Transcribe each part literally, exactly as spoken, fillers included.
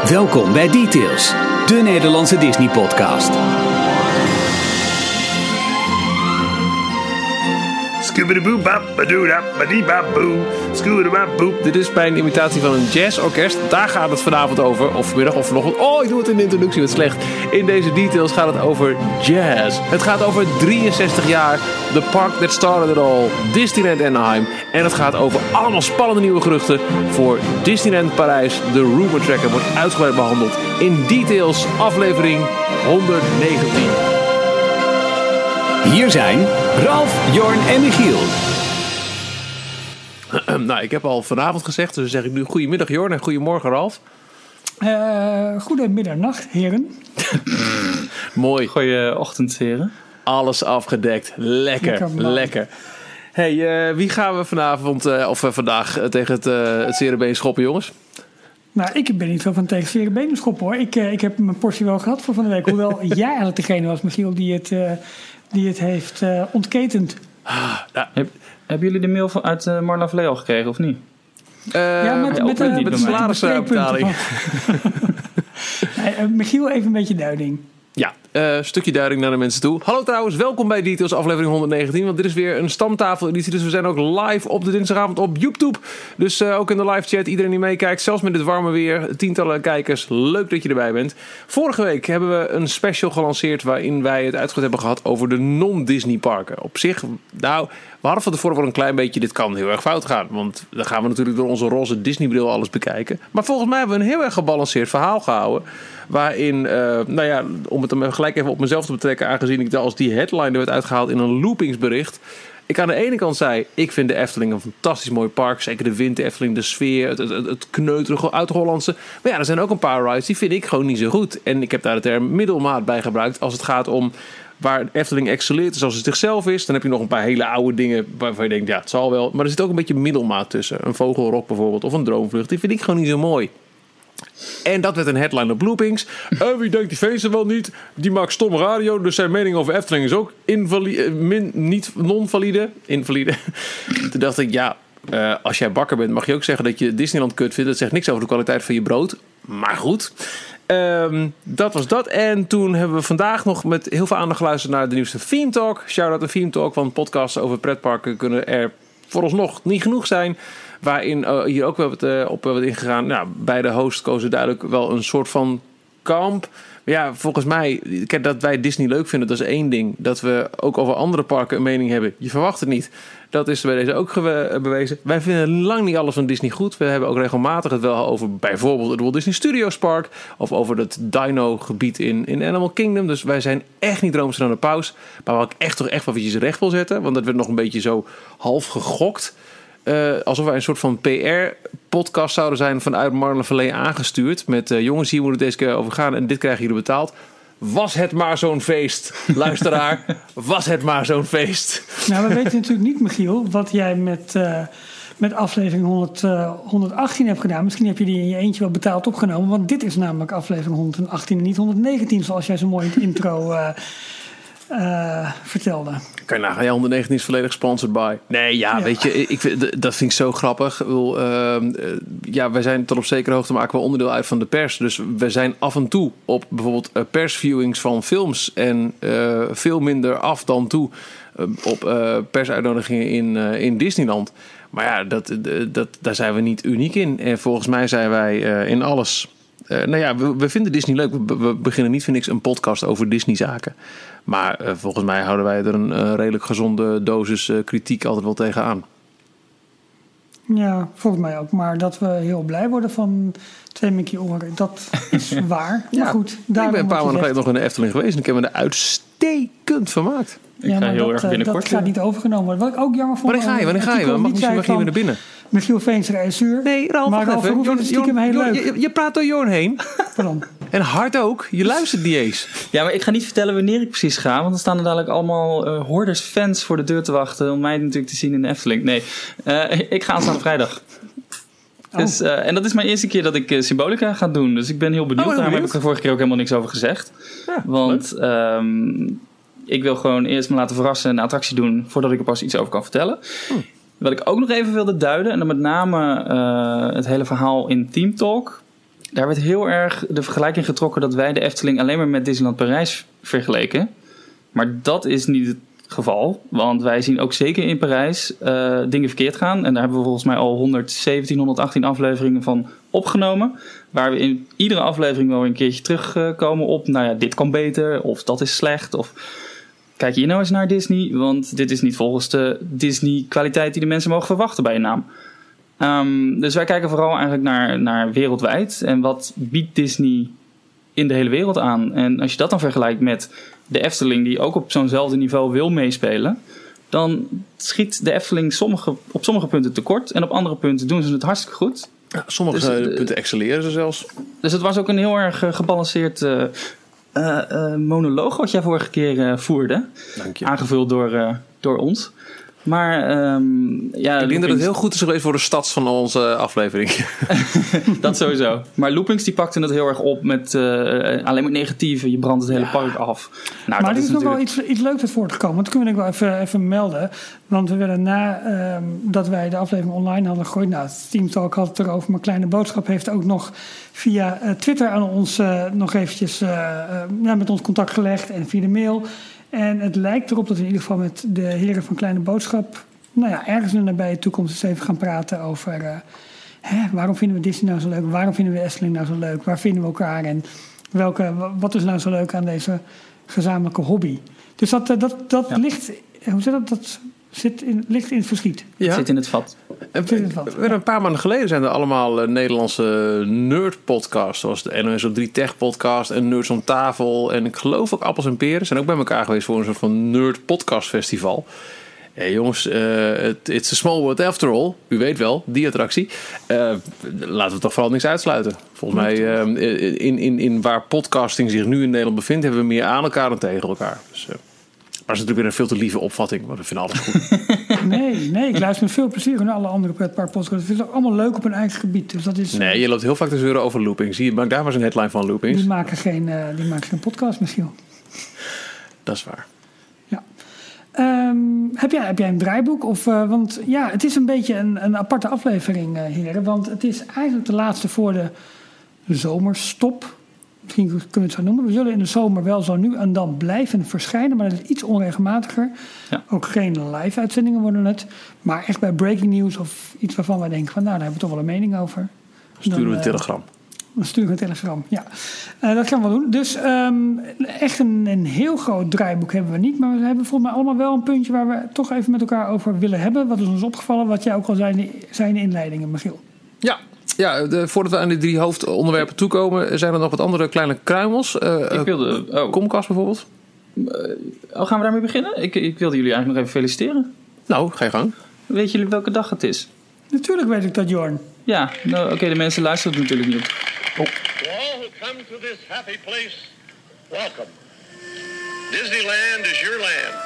Welkom bij Details, de Nederlandse Disney-podcast. Dit is bij een imitatie van een jazzorkest. Daar gaat het vanavond over. Of vanmiddag of vanochtend. Oh, ik doe het in de introductie, wat slecht. In deze Details gaat het over jazz. Het gaat over drieënzestig jaar. The park that started it all. Disneyland Anaheim. En het gaat over allemaal spannende nieuwe geruchten voor Disneyland Parijs. De Rumor Tracker wordt uitgebreid behandeld in Details aflevering honderdnegentien. Hier zijn Ralf, Jorn en Michiel. Nou, ik heb al vanavond gezegd, dus dan zeg ik nu goedemiddag Jorn en goedemorgen Ralf. Uh, goedemiddag, nacht, heren. Mooi. Goeieochtend, heren. Alles afgedekt. Lekker, lekker. lekker. Hey, uh, wie gaan we vanavond, uh, of uh, vandaag, uh, tegen het, uh, het zere been schoppen, jongens? Nou, ik ben niet zo van tegen zere benen schoppen, hoor. Ik, uh, ik heb mijn portie wel gehad voor van de week. Hoewel jij eigenlijk degene was, Michiel, die het, uh, die het heeft uh, ontketend. Ah, nou, heb, hebben jullie de mail van, uit uh, Marla Vlee al gekregen, of niet? Uh, ja, met, ja, met, met, uh, met de salarisbetaling. Nee, uh, Michiel, even een beetje duiding. Ja, een uh, stukje duiding naar de mensen toe. Hallo trouwens, welkom bij Details aflevering honderdnegentien. Want dit is weer een stamtafel-editie. Dus we zijn ook live op de dinsdagavond op YouTube. Dus uh, ook in de live chat, iedereen die meekijkt. Zelfs met dit warme weer, tientallen kijkers. Leuk dat je erbij bent. Vorige week hebben we een special gelanceerd waarin wij het uitgebreid hebben gehad over de non-Disney parken. Op zich, nou, we hadden van tevoren wel een klein beetje, dit kan heel erg fout gaan. Want dan gaan we natuurlijk door onze roze Disney bril alles bekijken. Maar volgens mij hebben we een heel erg gebalanceerd verhaal gehouden. Waarin, uh, nou ja, om het dan gelijk even op mezelf te betrekken, aangezien ik als die headline werd uitgehaald in een loopingsbericht. Ik aan de ene kant zei, ik vind de Efteling een fantastisch mooi park. Zeker de winter Efteling, de sfeer, het, het, het kneuterige uit-Hollandse. Maar ja, er zijn ook een paar rides die vind ik gewoon niet zo goed. En ik heb daar de term middelmaat bij gebruikt als het gaat om waar Efteling excelleert zoals het zichzelf is. Dan heb je nog een paar hele oude dingen waarvan je denkt, ja, het zal wel. Maar er zit ook een beetje middelmaat tussen. Een Vogelrok bijvoorbeeld of een Droomvlucht. Die vind ik gewoon niet zo mooi. En dat werd een headline op loopings. En wie denkt die feesten wel niet? Die maakt stom radio. Dus zijn mening over Efteling is ook invalide, min, niet non-valide. Invalide. Toen dacht ik, ja, uh, als jij bakker bent mag je ook zeggen dat je Disneyland kut vindt. Dat zegt niks over de kwaliteit van je brood. Maar goed. Um, dat was dat. En toen hebben we vandaag nog met heel veel aandacht geluisterd naar de nieuwste Theme Talk. Shout-out de Theme Talk, want podcasts over pretparken kunnen er vooralsnog niet genoeg zijn. Waarin uh, hier ook wel wat, uh, op wat ingegaan. Nou, bij de host kozen duidelijk wel een soort van kamp. Maar ja, volgens mij, kijk, dat wij Disney leuk vinden, dat is één ding. Dat we ook over andere parken een mening hebben. Je verwacht het niet. Dat is bij deze ook gewe- bewezen. Wij vinden lang niet alles van Disney goed. We hebben ook regelmatig het wel over bijvoorbeeld het Walt Disney Studios Park. Of over het dino-gebied in, in Animal Kingdom. Dus wij zijn echt niet droomster aan de paus. Maar waar ik echt toch echt wel eventjes recht wil zetten. Want dat werd nog een beetje zo half gegokt. Uh, alsof wij een soort van P R-podcast zouden zijn vanuit Marla Vlee aangestuurd. Met uh, jongens, hier moet het deze keer over gaan en dit krijgen jullie betaald. Was het maar zo'n feest, luisteraar. Was het maar zo'n feest. Nou, we weten natuurlijk niet, Michiel, wat jij met, uh, met aflevering honderd, uh, honderdachttien hebt gedaan. Misschien heb je die in je eentje wel betaald opgenomen. Want dit is namelijk aflevering honderdachttien en niet honderdnegentien, zoals jij zo mooi in het intro Uh, Uh, vertelde. Kan je nagaan, ja, honderdnegentien is volledig sponsored by. Nee, ja, ja. weet je, ik vind, dat vind ik zo grappig. Ik bedoel, uh, uh, ja, wij zijn tot op zekere hoogte maken we onderdeel uit van de pers. Dus we zijn af en toe op bijvoorbeeld uh, persviewings van films en uh, veel minder af dan toe uh, op uh, persuitnodigingen in, uh, in Disneyland. Maar ja, dat, dat, daar zijn we niet uniek in. En volgens mij zijn wij uh, in alles. Uh, nou ja, we, we vinden Disney leuk. We, we beginnen niet voor niks een podcast over Disney-zaken. Maar uh, volgens mij houden wij er een uh, redelijk gezonde dosis uh, kritiek altijd wel tegenaan. Ja, volgens mij ook. Maar dat we heel blij worden van twee Mickey oren, dat is waar. Ja, maar goed. Ik ben een paar maanden geleden nog in de Efteling geweest en ik heb me er uitstekend vermaakt. Ik ja, maar heel dat, erg binnenkort. Dat gaat niet overgenomen worden. Wat ik ook jammer vond. Wanneer ga je? Wanneer ga je? Mag misschien mag je weer naar binnen. Michiel Veens regisseur. Nee, Ralf, maar Ralf Verhoeven is stiekem heel leuk. Je, je praat door Jorn heen. Pardon. En hard ook. Je luistert niet eens. Ja, maar ik ga niet vertellen wanneer ik precies ga. Want dan staan er dadelijk allemaal uh, hoorders fans voor de deur te wachten. Om mij natuurlijk te zien in de Efteling. Nee, uh, ik ga aanstaande vrijdag. Dus, uh, en dat is mijn eerste keer dat ik uh, Symbolica ga doen. Dus ik ben heel benieuwd. Oh, Daar heb ik de vorige keer ook helemaal niks over gezegd. Ja, want um, ik wil gewoon eerst me laten verrassen en een attractie doen voordat ik er pas iets over kan vertellen. Hm. Wat ik ook nog even wilde duiden, en dan met name uh, het hele verhaal in Theme Talk. daar werd heel erg de vergelijking getrokken dat wij de Efteling alleen maar met Disneyland Parijs vergeleken. Maar dat is niet het geval, want wij zien ook zeker in Parijs uh, dingen verkeerd gaan. En daar hebben we volgens mij al honderdzeventien, honderdachttien afleveringen van opgenomen. Waar we in iedere aflevering wel een keertje terugkomen op, nou ja, dit kan beter, of dat is slecht, of kijk hier nou eens naar Disney, want dit is niet volgens de Disney-kwaliteit die de mensen mogen verwachten bij een naam. Um, dus wij kijken vooral eigenlijk naar, naar wereldwijd en wat biedt Disney in de hele wereld aan. En als je dat dan vergelijkt met de Efteling, die ook op zo'nzelfde niveau wil meespelen, dan schiet de Efteling sommige, op sommige punten tekort en op andere punten doen ze het hartstikke goed. Ja, sommige dus, uh, punten excelleren ze zelfs. Dus het was ook een heel erg uh, gebalanceerd uh, uh, uh, monoloog wat jij vorige keer uh, voerde. Dank je. Aangevuld door, uh, door ons. Maar um, ja, ik denk dat het heel goed is geweest voor de stads van onze aflevering. Dat sowieso. Maar Loopings die pakte het heel erg op met uh, alleen maar negatieve. Je brandt het hele ja. park af. Nou, maar er is, is natuurlijk... nog wel iets, iets leuks uit voortgekomen. Dat kunnen we denk ik wel even, even melden. Want we werden na um, dat wij de aflevering online hadden gegooid. Nou, het Teamtalk had het erover. Maar Kleine Boodschap heeft ook nog via uh, Twitter aan ons uh, nog eventjes uh, uh, ja, met ons contact gelegd. En via de mail. En het lijkt erop dat we in ieder geval met de heren van Kleine Boodschap, nou ja, ergens in de nabije toekomst eens even gaan praten over uh, hè, waarom vinden we Disney nou zo leuk? Waarom vinden we Efteling nou zo leuk? Waar vinden we elkaar? En welke, wat is nou zo leuk aan deze gezamenlijke hobby? Dus dat, dat, dat ja. ligt, hoe zit dat? Dat zit in, ligt in het verschiet. Ja. Het zit in het vat. En, in het vat. Ja. Een paar maanden geleden zijn er allemaal uh, Nederlandse nerd-podcasts, zoals de N O S op drie Tech-podcast en Nerds om tafel. En ik geloof ook Appels en Peren zijn ook bij elkaar geweest voor een soort van nerd-podcast-festival. Hey jongens, uh, it's a small world after all. U weet wel, die attractie. Uh, laten we toch vooral niks uitsluiten. Volgens mij, uh, in, in, in waar podcasting zich nu in Nederland bevindt, hebben we meer aan elkaar dan tegen elkaar. Dus, uh, maar dat is natuurlijk weer een veel te lieve opvatting, want we vinden alles goed. Nee, nee, ik luister met veel plezier naar alle andere pretparkpodcasts. Het is ook allemaal leuk op hun eigen gebied. Dus dat is, nee, je loopt heel vaak te zeuren over Loopings. Zie je, maak daar maar eens een headline van Loopings. Die maken geen, uh, die maken geen podcast misschien. Dat is waar. Ja. Um, heb, jij, heb jij een draaiboek? Of, uh, want ja, het is een beetje een, een aparte aflevering, uh, heren. Want het is eigenlijk de laatste voor de zomerstop. Misschien kunnen we het zo noemen. We zullen in de zomer wel zo nu en dan blijven verschijnen. Maar dat is iets onregelmatiger. Ja. Ook geen live uitzendingen worden het. Maar echt bij breaking news of iets waarvan wij denken van nou, daar hebben we toch wel een mening over. Sturen we een uh, telegram. Dan sturen we een telegram, ja. Uh, dat gaan we doen. Dus um, echt een, een heel groot draaiboek hebben we niet. Maar we hebben volgens mij allemaal wel een puntje waar we toch even met elkaar over willen hebben. Wat is ons opgevallen, wat jij ook al zei in de, zei in de inleidingen, Michiel. Ja. Ja, de, voordat we aan die drie hoofdonderwerpen toekomen, zijn er nog wat andere kleine kruimels. Uh, ik wilde, oh. Comcast bijvoorbeeld. Uh, oh, gaan we daarmee beginnen? Ik, ik wilde jullie eigenlijk nog even feliciteren. Nou, ga je gang. Weet jullie welke dag het is? Natuurlijk weet ik dat, Jorn. Ja, nou, oké, okay, de mensen luisteren het natuurlijk niet op. Oh. To all who come to this happy place, welcome. Disneyland is your land.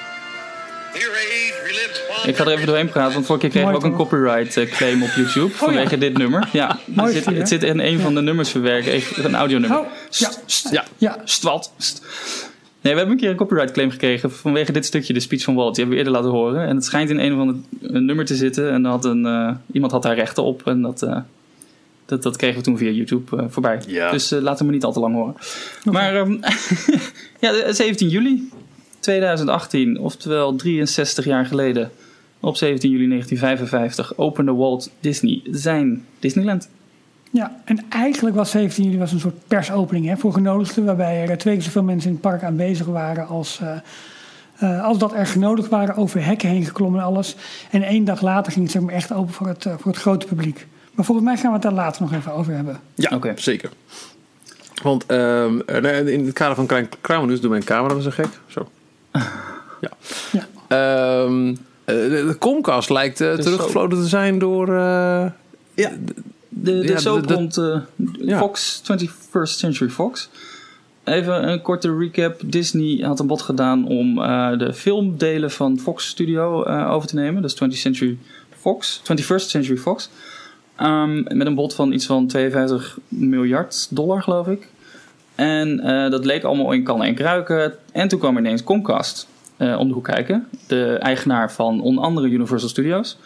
Ik ga er even doorheen praten, want vorige keer kregen we ook een copyright claim op YouTube oh, vanwege ja. dit nummer. Ja, het zit, het zit in een van de nummers verwerken, even een audionummer. Oh, ja. St, ja, ja. Stwalt. St. Nee, we hebben een keer een copyright claim gekregen vanwege dit stukje, de speech van Walt. Die hebben we eerder laten horen. En het schijnt in een van de een nummer te zitten. En had een, uh, iemand had daar rechten op. En dat, uh, dat, dat kregen we toen via YouTube uh, voorbij. Ja. Dus uh, laten we maar niet al te lang horen. Okay. Maar um, ja, zeventien juli tweeduizend achttien, oftewel drieënzestig jaar geleden, op zeventien juli negentien vijfenvijftig, opende Walt Disney zijn Disneyland. Ja, en eigenlijk was zeventien juli was een soort persopening hè, voor genodigden, waarbij er twee keer zoveel mensen in het park aanwezig waren als, uh, uh, als dat er genodigd waren, over hekken heen geklommen en alles. En één dag later ging het zeg maar, echt open voor het, uh, voor het grote publiek. Maar volgens mij gaan we het daar later nog even over hebben. Ja, okay. Zeker. Want uh, in het kader van Klein Kruimelnieuws doen mijn camera dat zo gek. Zo. Ja. ja. Um, de, de Comcast lijkt uh, teruggefloten te zijn door... Uh, ja. De, de, de ja, soap de, rond uh, ja. Fox, twenty-first Century Fox. Even een korte recap. Disney had een bod gedaan om uh, de filmdelen van Fox Studio uh, over te nemen. Dus twentieth Century Fox, twenty-first Century Fox. Um, met een bod van iets van tweeënvijftig miljard dollar, geloof ik. En uh, dat leek allemaal in kannen en kruiken. En toen kwam ineens Comcast uh, om de hoek kijken. De eigenaar van onder andere Universal Studios.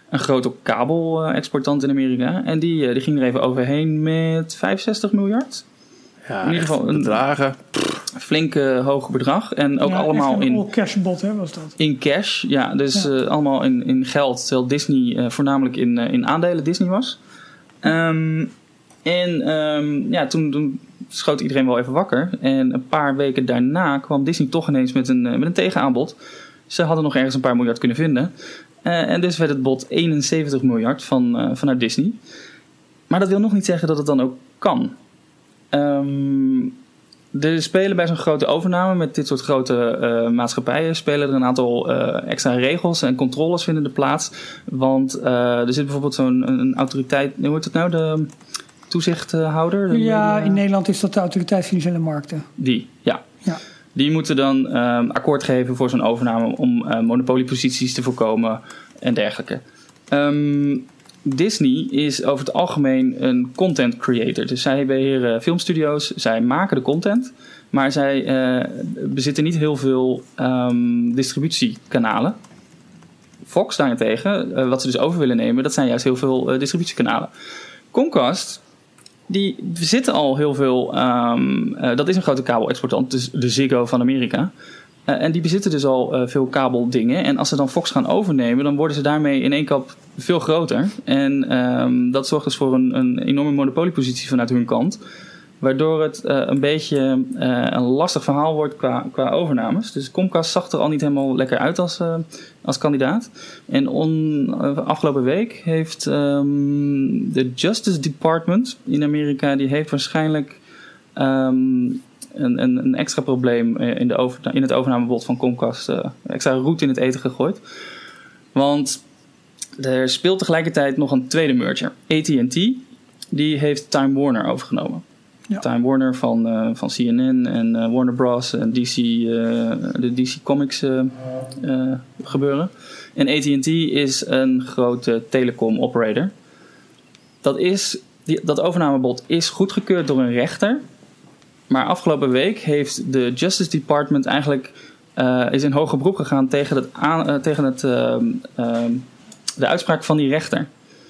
een grote kabel-exportant in Amerika. En die, uh, die ging er even overheen met vijfenzestig miljard. Ja, in ieder geval een bedragen. flink uh, hoog bedrag. En ook ja, allemaal echt een in... all-cash bot, hè, was dat. In cash, ja. Dus Ja. Uh, allemaal in, in geld. Terwijl Disney uh, voornamelijk in, uh, in aandelen Disney was. Um, en um, ja, toen, toen schoot iedereen wel even wakker. En een paar weken daarna kwam Disney toch ineens met een, uh, met een tegenaanbod. Ze hadden nog ergens een paar miljard kunnen vinden. Uh, en dus werd het bod eenenzeventig miljard van, uh, vanuit Disney. Maar dat wil nog niet zeggen dat het dan ook kan. Um, er spelen bij zo'n grote overname met dit soort grote uh, maatschappijen spelen er een aantal uh, extra regels en controles vinden er plaats. Want uh, er zit bijvoorbeeld zo'n een, een autoriteit, hoe heet het nou, de toezichthouder? De, Ja, de, in Nederland is dat de Autoriteit Financiële Markten. Die, ja. Ja. Die moeten dan um, akkoord geven voor zo'n overname om uh, monopolieposities te voorkomen en dergelijke. Um, Disney is over het algemeen een content creator. Dus zij beheren filmstudio's, zij maken de content, maar zij uh, bezitten niet heel veel um, distributiekanalen. Fox daarentegen, uh, wat ze dus over willen nemen, dat zijn juist heel veel uh, distributiekanalen. Comcast, die bezitten al heel veel, um, uh, dat is een grote kabelexportant, dus de Ziggo van Amerika. Uh, en die bezitten dus al uh, veel kabeldingen. En als ze dan Fox gaan overnemen, dan worden ze daarmee in één klap veel groter. En um, dat zorgt dus voor een, een enorme monopoliepositie vanuit hun kant. Waardoor het uh, een beetje uh, een lastig verhaal wordt qua, qua overnames. Dus Comcast zag er al niet helemaal lekker uit als, uh, als kandidaat. En on, uh, afgelopen week heeft um, de Justice Department in Amerika, die heeft waarschijnlijk Um, Een, een, een extra probleem in, de over, in het overnamebod van Comcast, uh, extra roet in het eten gegooid. Want er speelt tegelijkertijd nog een tweede merger. A T and T, die heeft Time Warner overgenomen. Ja. Time Warner van, uh, van C N N en uh, Warner Bros. En D C, uh, de D C Comics uh, uh, gebeuren. En A T and T is een grote telecom operator. Dat, is, die, dat overnamebod is goedgekeurd door een rechter. Maar afgelopen week heeft de Justice Department eigenlijk uh, is in hoger beroep gegaan tegen, het aan, uh, tegen het, uh, uh, de uitspraak van die rechter.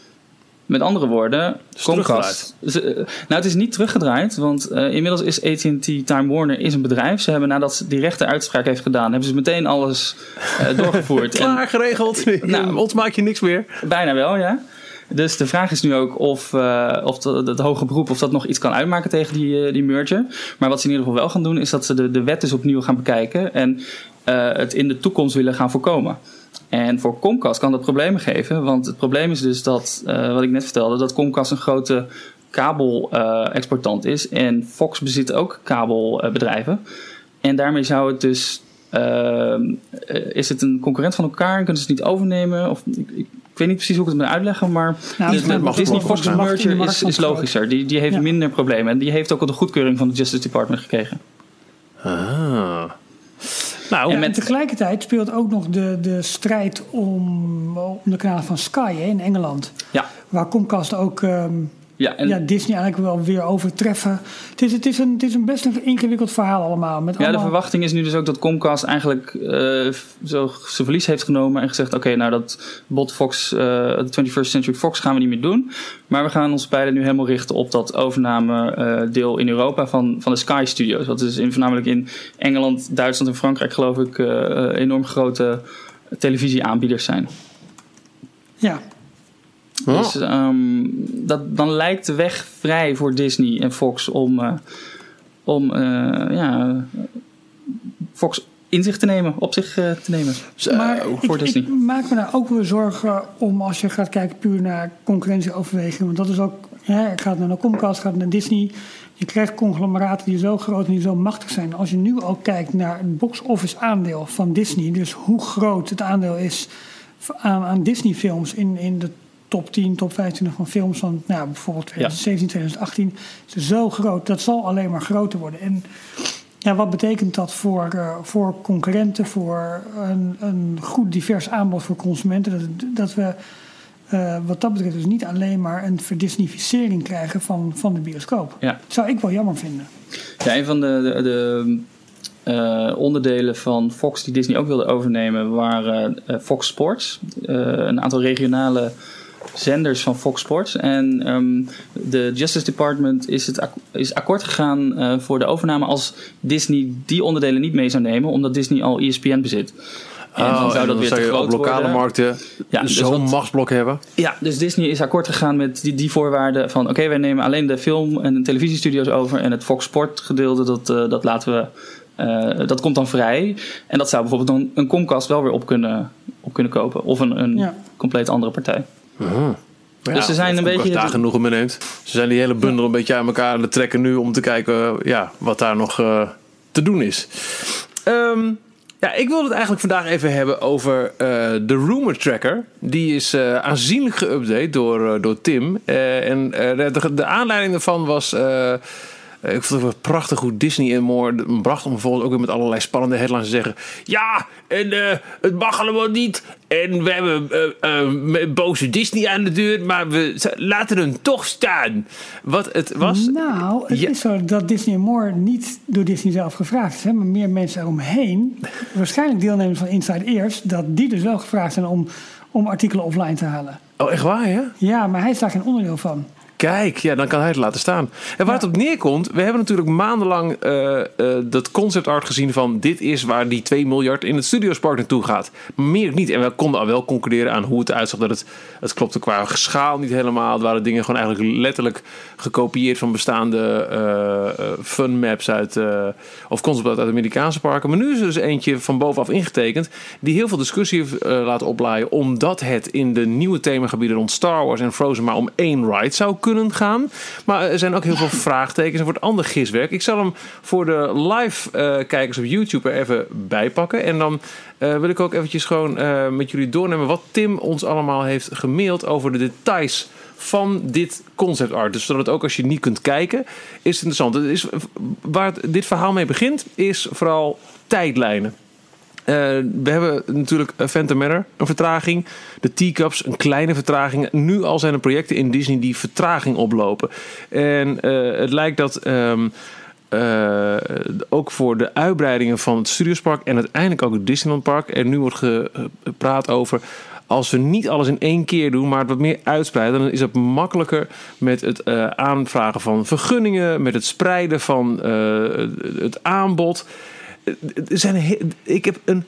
Met andere woorden, Comcast. Ze, uh, nou, het is niet teruggedraaid, want uh, inmiddels is A T and T Time Warner is een bedrijf. Ze hebben nadat die rechter uitspraak heeft gedaan, hebben ze meteen alles uh, doorgevoerd. Klaar, geregeld. Nou, ons maak je niks meer. Bijna wel, ja. Dus de vraag is nu ook of, uh, of het, het hoge beroep of dat nog iets kan uitmaken tegen die, uh, die merger. Maar wat ze in ieder geval wel gaan doen, is dat ze de, de wet dus opnieuw gaan bekijken en uh, het in de toekomst willen gaan voorkomen. En voor Comcast kan dat problemen geven, want het probleem is dus dat, uh, wat ik net vertelde, dat Comcast een grote kabel-exportant uh, is en Fox bezit ook kabelbedrijven. Uh, en daarmee zou het dus, uh, is het een concurrent van elkaar en kunnen ze het niet overnemen? Of, ik, ik, Ik weet niet precies hoe ik het moet uitleggen, maar nou, de, de, de Disney-Fox merger is, is logischer. Die, die heeft ja. minder problemen. En die heeft ook al de goedkeuring van de Justice Department gekregen. Ah. Nou, ja, met... En tegelijkertijd speelt ook nog de, de strijd om, om de kanalen van Sky hè, in Engeland. Ja. Waar Comcast ook um, ja, en... ja, Disney eigenlijk wel weer overtreffen. Het is, het is, een, het is een best een ingewikkeld verhaal allemaal. Met ja, allemaal... de verwachting is nu dus ook dat Comcast eigenlijk uh, zo zijn verlies heeft genomen en gezegd, oké, okay, nou dat bot Fox, uh, de twenty-first Century Fox gaan we niet meer doen. Maar we gaan ons pijlen nu helemaal richten op dat overname uh, deel in Europa van, van de Sky Studios. Wat dus in, voornamelijk in Engeland, Duitsland en Frankrijk geloof ik uh, uh, enorm grote televisieaanbieders zijn. Ja. Oh. Dus um, dat, dan lijkt de weg vrij voor Disney en Fox om, uh, om uh, ja, Fox in zich te nemen, op zich uh, te nemen. Zo, maar voor ik, Disney. ik maak me daar ook weer zorgen om als je gaat kijken puur naar concurrentieoverwegingen. Want dat is ook, hè, gaat naar Comcast, gaat naar Disney. Je krijgt conglomeraten die zo groot en die zo machtig zijn. Als je nu ook kijkt naar het box-office aandeel van Disney, dus hoe groot het aandeel is aan, aan Disney-films in, in de top tien, top vijfentwintig van films van nou, bijvoorbeeld twintig zeventien, twintig achttien. Is zo groot, dat zal alleen maar groter worden. En ja, wat betekent dat voor, uh, voor concurrenten, voor een, een goed divers aanbod voor consumenten? Dat, dat we uh, wat dat betreft dus niet alleen maar een verdisnificering krijgen van, van de bioscoop. Ja. Dat zou ik wel jammer vinden. Ja, een van de, de, de uh, onderdelen van Fox die Disney ook wilde overnemen waren uh, Fox Sports. Uh, een aantal regionale zenders van Fox Sports. En um, de Justice Department is, het ak- is akkoord gegaan uh, voor de overname als Disney die onderdelen niet mee zou nemen, omdat Disney al E S P N bezit. En oh, dan zou en dat dan weer zou te je groot op lokale worden. markten Ja, dus zo'n wat- machtsblok hebben. Ja, dus Disney is akkoord gegaan met die, die voorwaarden van oké, okay, wij nemen alleen de film- en de televisiestudio's over en het Fox Sport gedeelte, dat, uh, dat laten we, uh, dat komt dan vrij. En dat zou bijvoorbeeld dan een Comcast wel weer op kunnen, op kunnen kopen. Of een, een Ja. compleet andere partij. Uh-huh. Ja, Dus ze zijn een beetje- daar genoeg om neemt. Ze zijn die hele bundel een beetje aan elkaar aan het trekken nu om te kijken ja, wat daar nog uh, te doen is. Um, ja, ik wilde het eigenlijk vandaag even hebben over uh, de Rumor Tracker. Die is uh, aanzienlijk geüpdate door, uh, door Tim. Uh, en uh, de, de aanleiding daarvan was... Uh, ik vond het prachtig hoe Disney en More bracht om vervolgens ook weer met allerlei spannende headlines te zeggen. Ja, en uh, het mag allemaal niet. En we hebben uh, uh, boze Disney aan de deur, maar we laten hem toch staan. Wat het was. Nou, het ja. is zo dat Disney en More niet door Disney zelf gevraagd is, hè, maar meer mensen eromheen. Waarschijnlijk deelnemers van Inside Ears, dat die dus wel gevraagd zijn om, om artikelen offline te halen. Oh, echt waar, ja? Ja, maar hij is daar geen onderdeel van. Kijk, ja, dan kan hij het laten staan. En waar Ja. het op neerkomt, we hebben natuurlijk maandenlang uh, uh, dat concept art gezien van dit is waar die twee miljard in het Studiospark naartoe gaat. Maar meer niet. En we konden al wel concluderen aan hoe het eruit zag. Dat het, het klopte qua schaal niet helemaal. Het waren dingen gewoon eigenlijk letterlijk gekopieerd van bestaande uh, uh, fun maps uit, uh, of concept art uit Amerikaanse parken. Maar nu is er dus eentje van bovenaf ingetekend die heel veel discussie uh, laat oplaaien, omdat het in de nieuwe themagebieden rond Star Wars en Frozen maar om één ride zou kunnen gaan. Maar er zijn ook heel veel vraagtekens en voor het andere giswerk. Ik zal hem voor de live uh, kijkers op YouTube er even bij pakken. En dan uh, wil ik ook eventjes gewoon uh, met jullie doornemen wat Tim ons allemaal heeft gemaild over de details van dit concept art. Dus zodat het ook als je niet kunt kijken, is het interessant. Het is, waar het, dit verhaal mee begint, is vooral tijdlijnen. Uh, we hebben natuurlijk Phantom Manor, een vertraging. De Teacups, een kleine vertraging. Nu al zijn er projecten in Disney die vertraging oplopen. En uh, het lijkt dat um, uh, ook voor de uitbreidingen van het Studiospark en uiteindelijk ook het Disneylandpark er nu wordt gepraat over, als we niet alles in één keer doen, maar het wat meer uitspreiden, dan is het makkelijker met het uh, aanvragen van vergunningen, met het spreiden van uh, het aanbod. Er zijn he- ik heb een,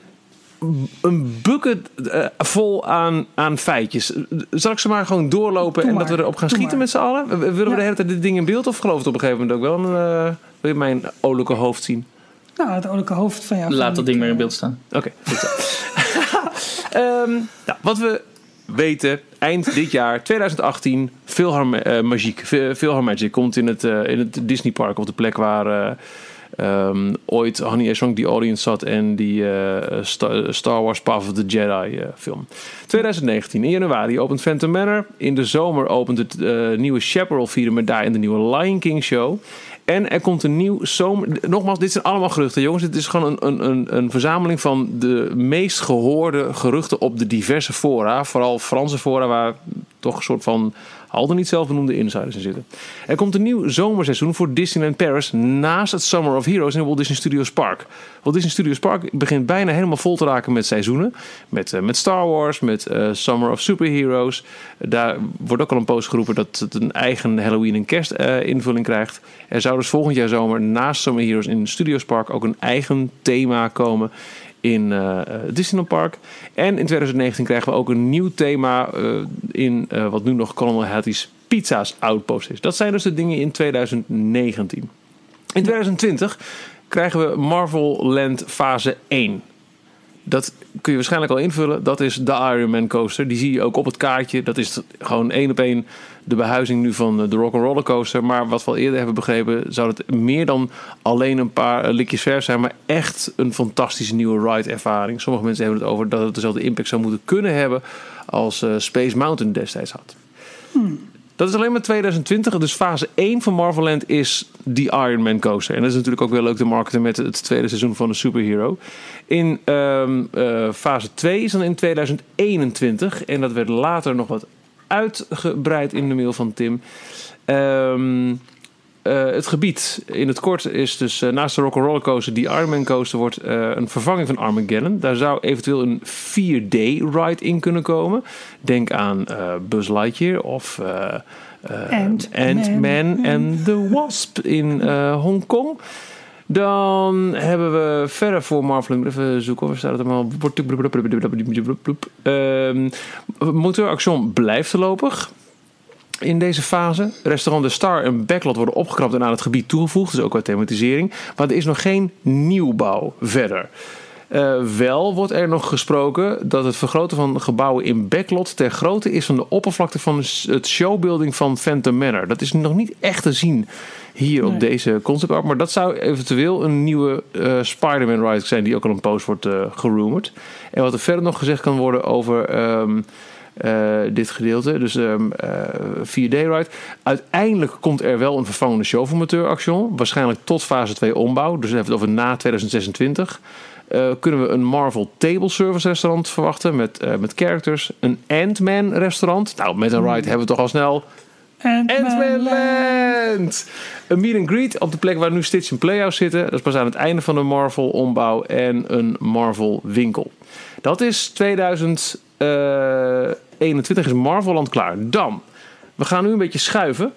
een bucket uh, vol aan, aan feitjes. Zal ik ze maar gewoon doorlopen Doe en maar. dat we erop gaan Doe schieten maar. met z'n allen? Willen we Ja. de hele tijd dit ding in beeld of geloof het op een gegeven moment ook wel? Uh, wil je mijn olijke hoofd zien? Nou, het olijke hoofd van jou. Laat dat ding maar in beeld staan. Oké, okay, goed zo. um, nou, wat we weten, eind dit jaar, twintig achttien, Philharmagic. Philharmagic komt in het, uh, in het Disneypark op de plek waar Uh, Um, ooit Honey, I Shrunk the Audience zat en die uh, Star, Star Wars Path of the Jedi uh, film. twintig negentien, in januari opent Phantom Manor. In de zomer opent het uh, nieuwe Chaparral Theater met daarin de nieuwe Lion King show. En er komt een nieuw zomer... Nogmaals, dit zijn allemaal geruchten, jongens. Dit is gewoon een, een, een, een verzameling van de meest gehoorde geruchten op de diverse fora. Vooral Franse fora, waar toch een soort van al dan niet zelf benoemde insiders in zitten. Er komt een nieuw zomerseizoen voor Disneyland Paris naast het Summer of Heroes in Walt Disney Studios Park. Walt Disney Studios Park begint bijna helemaal vol te raken met seizoenen. Met, uh, met Star Wars, met uh, Summer of Superheroes. Daar wordt ook al een post geroepen dat het een eigen Halloween en kerst uh, invulling krijgt. Er zou dus volgend jaar zomer naast Summer Heroes in Studios Park ook een eigen thema komen in uh, Disneyland Park. En in twintig negentien krijgen we ook een nieuw thema uh, in uh, wat nu nog Colonel Hattie's Pizza's Outpost is. Dat zijn dus de dingen in twintig negentien. In twintig twintig krijgen we Marvel Land fase één. Dat kun je waarschijnlijk al invullen. Dat is de Iron Man coaster. Die zie je ook op het kaartje. Dat is gewoon één op één de behuizing nu van de Rock'n'Roller Coaster. Maar wat we al eerder hebben begrepen, zou het meer dan alleen een paar likjes verf zijn, maar echt een fantastische nieuwe ride-ervaring. Sommige mensen hebben het over dat het dezelfde impact zou moeten kunnen hebben als uh, Space Mountain destijds had. Hmm. Dat is alleen maar twintig twintig. Dus fase één van Marvel Land is die Iron Man coaster. En dat is natuurlijk ook wel leuk te marketen met het tweede seizoen van de superhero. In um, uh, fase twee is dan in twintig eenentwintig. En dat werd later nog wat uitgebreid in de mail van Tim. Um, Uh, het gebied in het kort is dus uh, naast de Rock'n'Roller Coaster, die Ironman Coaster wordt uh, een vervanging van Armageddon. Daar zou eventueel een vier D ride in kunnen komen. Denk aan uh, Buzz Lightyear of uh, uh, Ant-Man and the Wasp in uh, Hongkong. Dan hebben we verder voor Marvel, even zoeken, waar staat het allemaal? Uh, Motoractie blijft voorlopig in deze fase. Restaurant De Star en Backlot worden opgeknapt en aan het gebied toegevoegd. Dus ook qua thematisering. Maar er is nog geen nieuwbouw verder. Uh, wel wordt er nog gesproken dat het vergroten van gebouwen in Backlot ter grootte is van de oppervlakte van het showbuilding van Phantom Manor. Dat is nog niet echt te zien hier nee. op deze concept art. Maar dat zou eventueel een nieuwe uh, Spider-Man ride zijn die ook al een post wordt uh, gerumored. En wat er verder nog gezegd kan worden over Um, Uh, dit gedeelte, dus um, uh, vier D ride. Uiteindelijk komt er wel een vervangende showformateur action, waarschijnlijk tot fase twee ombouw, dus even over na twintig zesentwintig. Uh, kunnen we een Marvel Table Service restaurant verwachten met, uh, met characters, een Ant-Man restaurant. Nou, met een ride hebben we toch al snel Ant-Man, Ant-Man Land! Een meet and greet op de plek waar nu Stitch en Playhouse zitten. Dat is pas aan het einde van de Marvel ombouw en een Marvel winkel. Dat is tweeduizend eenentwintig is Marvelland klaar. Dan, we gaan nu een beetje schuiven.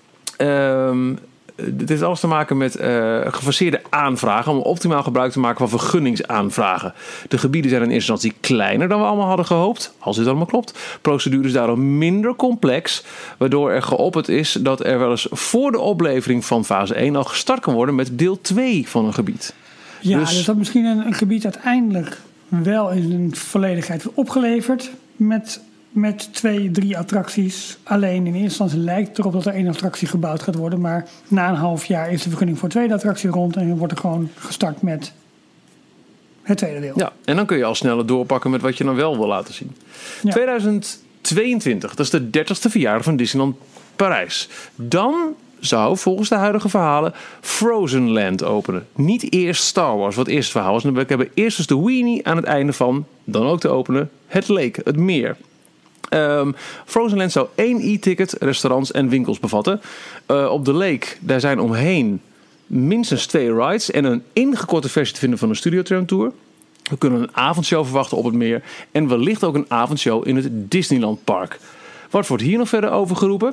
Um, dit heeft alles te maken met uh, gefaseerde aanvragen om optimaal gebruik te maken van vergunningsaanvragen. De gebieden zijn in eerste instantie kleiner dan we allemaal hadden gehoopt, als dit allemaal klopt. Procedures daarom minder complex, waardoor er geopperd is dat er wel eens voor de oplevering van fase één al gestart kan worden met deel twee van een gebied. Ja, dus, dus dat misschien een, een gebied uiteindelijk wel in een volledigheid wordt opgeleverd met, met twee, drie attracties. Alleen in eerste instantie lijkt het erop dat er één attractie gebouwd gaat worden. Maar na een half jaar is de vergunning voor de tweede attractie rond en dan wordt er gewoon gestart met het tweede deel. Ja, en dan kun je al sneller doorpakken met wat je dan wel wil laten zien. Ja. tweeduizend tweeëntwintig, dat is de dertigste verjaardag van Disneyland Parijs. Dan zou volgens de huidige verhalen Frozen Land openen. Niet eerst Star Wars, wat eerst het verhaal was. We hebben eerst dus de Weenie aan het einde van, dan ook te openen, het lake, het meer. Um, Frozen Land zou één e-ticket, restaurants en winkels bevatten. Uh, op de lake, daar zijn omheen minstens twee rides en een ingekorte versie te vinden van een Studio Tram Tour. We kunnen een avondshow verwachten op het meer en wellicht ook een avondshow in het Disneyland Park. Wat wordt hier nog verder over geroepen?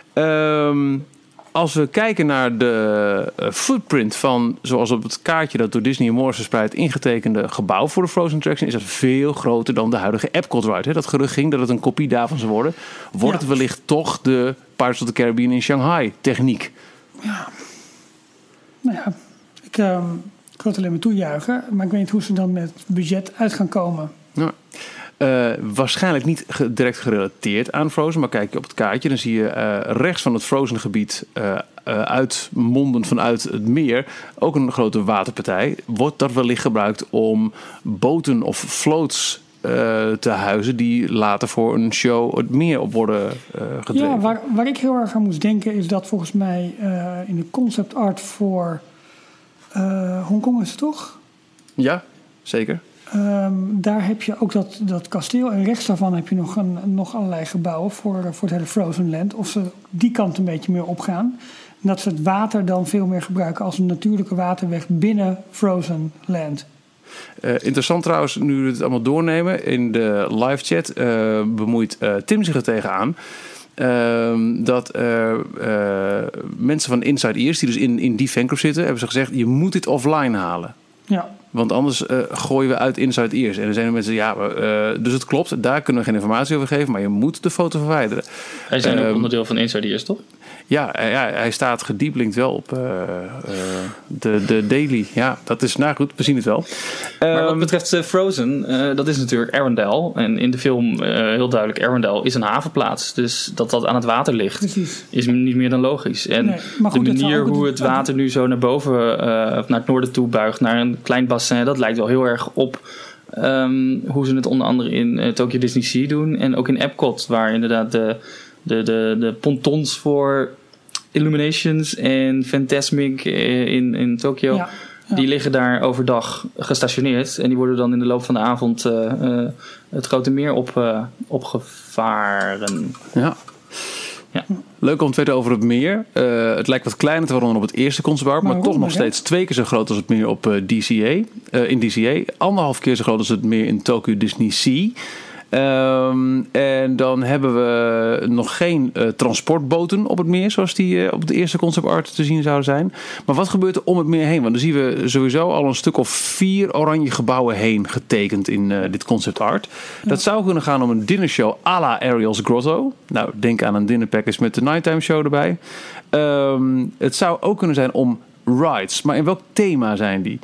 Um, Als we kijken naar de uh, footprint van, zoals op het kaartje dat door Disney en Morris verspreid ingetekende gebouw voor de Frozen Attraction, is dat veel groter dan de huidige Epcot ride. Hè? Dat gerucht ging dat het een kopie daarvan zou worden. Wordt ja. het wellicht toch de Pirates of the Caribbean in Shanghai techniek? Ja. Nou ja, ik, uh, ik wil het alleen maar toejuichen, maar ik weet niet hoe ze dan met budget uit gaan komen. Ja. Uh, waarschijnlijk niet ge- direct gerelateerd aan Frozen, maar kijk je op het kaartje, dan zie je uh, rechts van het Frozen gebied uh, uh, uitmondend vanuit het meer ook een grote waterpartij. Wordt dat wellicht gebruikt om boten of floats uh, te huizen die later voor een show het meer op worden uh, gedreven? Ja, waar, waar ik heel erg aan moest denken is dat volgens mij uh, in de concept art voor uh, Hongkong is het toch? Ja, zeker. Um, daar heb je ook dat, dat kasteel. En rechts daarvan heb je nog, een, nog allerlei gebouwen voor, voor het hele Frozen Land. Of ze die kant een beetje meer opgaan. En dat ze het water dan veel meer gebruiken als een natuurlijke waterweg binnen Frozen Land. Uh, interessant trouwens, nu we het allemaal doornemen. In de live chat uh, bemoeit uh, Tim zich er tegenaan. Uh, dat uh, uh, mensen van Inside Ears, die dus in, in die fanclub zitten, hebben ze gezegd, je moet dit offline halen. Ja. Want anders uh, gooien we uit Inside Ears. En er zijn er mensen, ja, uh, dus het klopt, daar kunnen we geen informatie over geven, maar je moet de foto verwijderen. Hij zijn ook um, onderdeel van Inside Ears, toch? Ja, ja, hij staat gedieplinkt wel op uh, uh, de, de daily. Ja, dat is, nou goed, we zien het wel. Maar um, wat betreft uh, Frozen, uh, dat is natuurlijk Arendelle. En in de film uh, heel duidelijk, Arendelle is een havenplaats. Dus dat dat aan het water ligt, Precies. is niet meer dan logisch. En nee, maar goed, de manier het hoe het water nu zo naar boven, uh, naar het noorden toe buigt, naar een klein bassin, dat lijkt wel heel erg op um, hoe ze het onder andere in uh, Tokyo Disney Sea doen. En ook in Epcot, waar inderdaad de, de, de, de pontons voor Illuminations en Fantasmic in, in Tokyo, ja, ja. die liggen daar overdag gestationeerd. En die worden dan in de loop van de avond uh, uh, het grote meer op, uh, opgevaren. Ja. Ja. Leuk om te weten over het meer. Uh, het lijkt wat kleiner te worden dan op het eerste conceptart, maar, maar toch nog steeds twee keer zo groot als het meer op uh, D C A. Uh, in D C A. Anderhalf keer zo groot als het meer in Tokyo Disney Sea. Um, en dan hebben we nog geen uh, transportboten op het meer, zoals die uh, op het eerste concept art te zien zouden zijn. Maar wat gebeurt er om het meer heen? Want dan zien we sowieso al een stuk of vier oranje gebouwen heen getekend in uh, dit concept art. Ja. Dat zou kunnen gaan om een dinnershow à la Ariel's Grotto. Nou, denk aan een dinner package met de nighttime show erbij. Um, het zou ook kunnen zijn om rides. Maar in welk thema zijn die?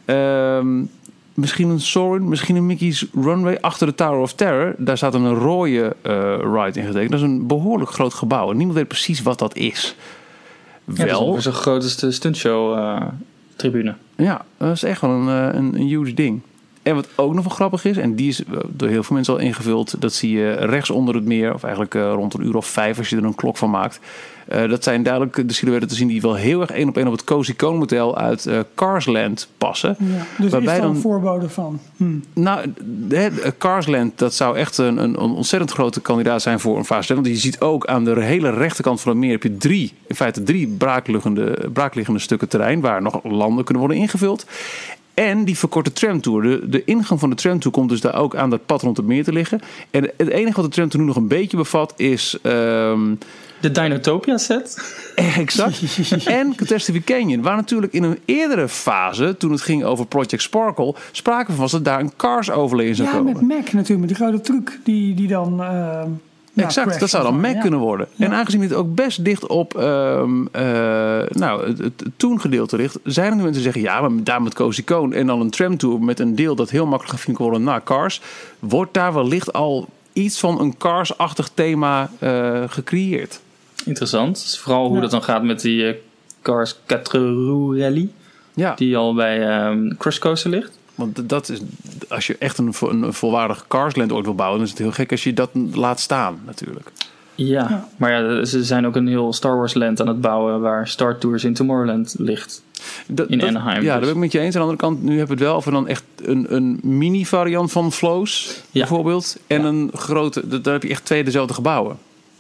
Um, Misschien een Soarin', misschien een Mickey's Runway achter de Tower of Terror. Daar staat een rode uh, ride in getekend. Dat is een behoorlijk groot gebouw. En niemand weet precies wat dat is. Ja, wel. Dat is de grootste stuntshow uh, tribune. Ja, dat is echt wel een, een, een huge ding. En wat ook nog wel grappig is, en die is door heel veel mensen al ingevuld, dat zie je rechts onder het meer, of eigenlijk uh, rond een uur of vijf als je er een klok van maakt. Uh, dat zijn duidelijk de silhouetten te zien die wel heel erg één op één op het Cozy Cone model uit uh, Carsland passen. Ja, dus waarbij is er dan een voorbode van? Hm. Nou, de, Carsland, dat zou echt een, een, een ontzettend grote kandidaat zijn voor een fase twee. Want je ziet ook aan de hele rechterkant van het meer heb je drie, in feite drie braakliggende, braakliggende stukken terrein waar nog landen kunnen worden ingevuld. En die verkorte tramtour. De, de ingang van de tramtour komt dus daar ook aan dat pad rond het meer te liggen. En het enige wat de tramtour nu nog een beetje bevat is... Um, de Dinotopia set. Exact. En Catastrophe Canyon. Waar natuurlijk in een eerdere fase, toen het ging over Project Sparkle, sprake van was dat daar een Cars overlay in zou ja, komen. Ja, met Mac natuurlijk. Met die grote truc die, die dan... Uh... Ja, exact, dat zou dan Mac ja. kunnen worden. Ja. En aangezien het ook best dicht op um, uh, nou, het, het Toon-gedeelte ligt, zijn er nu mensen die zeggen, ja, maar daar met Cozy Cone en dan een tramtour met een deel dat heel makkelijk gefilmd kan worden naar Cars, wordt daar wellicht al iets van een Cars-achtig thema uh, gecreëerd. Interessant. Dus vooral hoe ja. dat dan gaat met die uh, Cars quatre roues rally, ja. die al bij um, Crush Coaster ligt. Want dat is, als je echt een, een volwaardig Carsland ooit wil bouwen, dan is het heel gek als je dat laat staan, natuurlijk. Ja, ja, maar ja, ze zijn ook een heel Star Wars land aan het bouwen waar Star Tours in Tomorrowland ligt. Dat, in dat, Anaheim. Ja, dus. daar ben ik met je eens. Aan de andere kant, nu hebben we het wel over dan echt een, een mini-variant van Flows, ja. bijvoorbeeld. En ja. een grote, daar heb je echt twee dezelfde gebouwen.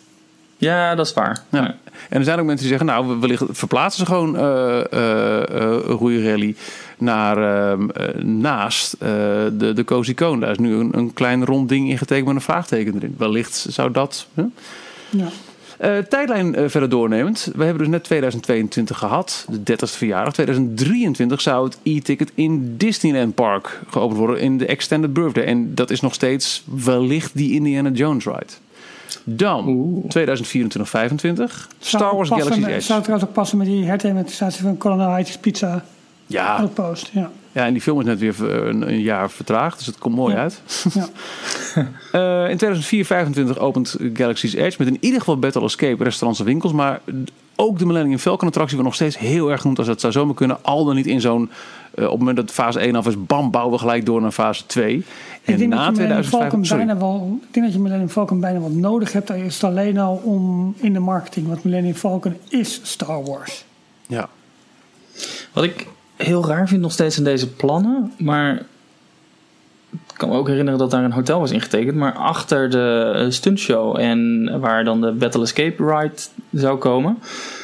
Ja, dat is waar. Ja. Ja. En er zijn ook mensen die zeggen, nou, wellicht verplaatsen ze gewoon uh, uh, uh, Roei Rally naar uh, uh, naast uh, de, de Cozy Cone. Daar is nu een, een klein rond ding ingetekend met een vraagteken erin. Wellicht zou dat... Huh? Ja. Uh, tijdlijn uh, verder doornemend. We hebben dus net tweeduizend tweeëntwintig gehad. De dertigste verjaardag. tweeduizend drieëntwintig zou het e-ticket in Disneyland Park geopend worden in de Extended Birthday. En dat is nog steeds wellicht die Indiana Jones ride. Dan Oeh. tweeduizend vierentwintig vijfentwintig. Star Wars Galaxy's Edge. Het zou trouwens ook passen met die herthematisatie van Colonel Heights Pizza. Ja. Aan de post, ja. Ja, en die film is net weer een, een jaar vertraagd, dus het komt mooi ja. uit. Ja. uh, in tweeduizend vier vijfentwintig opent Galaxy's Edge met in ieder geval Battle Escape, restaurants en winkels, maar ook de Millennium Falcon attractie wordt nog steeds heel erg genoemd als dat zou zomaar kunnen, al dan niet in zo'n, uh, op het moment dat fase één af is, bam, bouwen we gelijk door naar fase twee. En ik denk na tweeduizend vijf, bijna wel, ik denk dat je Millennium Falcon bijna wat nodig hebt. Is het alleen al om in de marketing, want Millennium Falcon is Star Wars. Ja. Wat ik heel raar vind nog steeds in deze plannen, maar ik kan me ook herinneren dat daar een hotel was ingetekend, maar achter de stuntshow en waar dan de Battle Escape ride zou komen,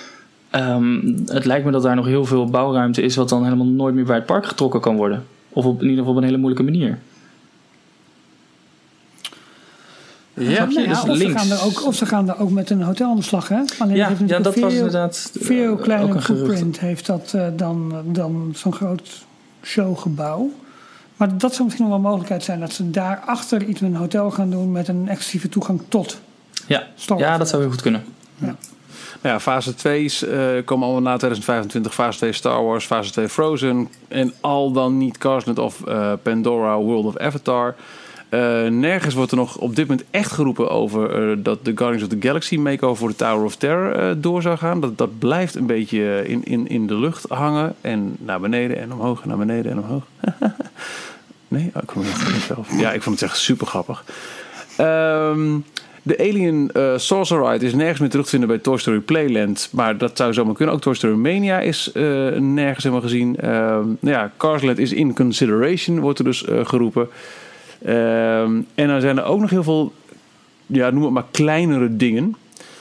um, het lijkt me dat daar nog heel veel bouwruimte is wat dan helemaal nooit meer bij het park getrokken kan worden. Of op, in ieder geval op een hele moeilijke manier. Ja, nou ja, of, ze gaan er ook, of ze gaan er ook met een hotel aan de slag. Hè? Alleen ja, heeft ja, dat veel, was inderdaad veel uh, kleiner footprint heeft dat uh, dan, dan zo'n groot showgebouw. Maar dat zou misschien nog wel een mogelijkheid zijn dat ze daarachter iets met een hotel gaan doen met een exclusieve toegang tot. Ja, ja dat zou heel goed kunnen. Ja. Nou ja, fase twee's uh, komen allemaal na tweeduizend vijfentwintig. Fase twee Star Wars, fase twee Frozen. En al dan niet Carsland of uh, Pandora World of Avatar. Uh, nergens wordt er nog op dit moment echt geroepen over uh, dat de Guardians of the Galaxy makeover voor de Tower of Terror uh, door zou gaan. Dat, dat blijft een beetje in, in, in de lucht hangen. En naar beneden en omhoog en naar beneden en omhoog. Nee, oh, ik vond het zelf. Ja, ik vond het echt super grappig. Um, de Alien uh, Saucer Ride is nergens meer terug te vinden bij Toy Story Playland. Maar dat zou zomaar kunnen. Ook Toy Story Mania is uh, nergens helemaal gezien. Uh, nou ja, Carsland is in consideration, wordt er dus uh, geroepen. Um, en dan zijn er ook nog heel veel, ja, noem het maar kleinere dingen.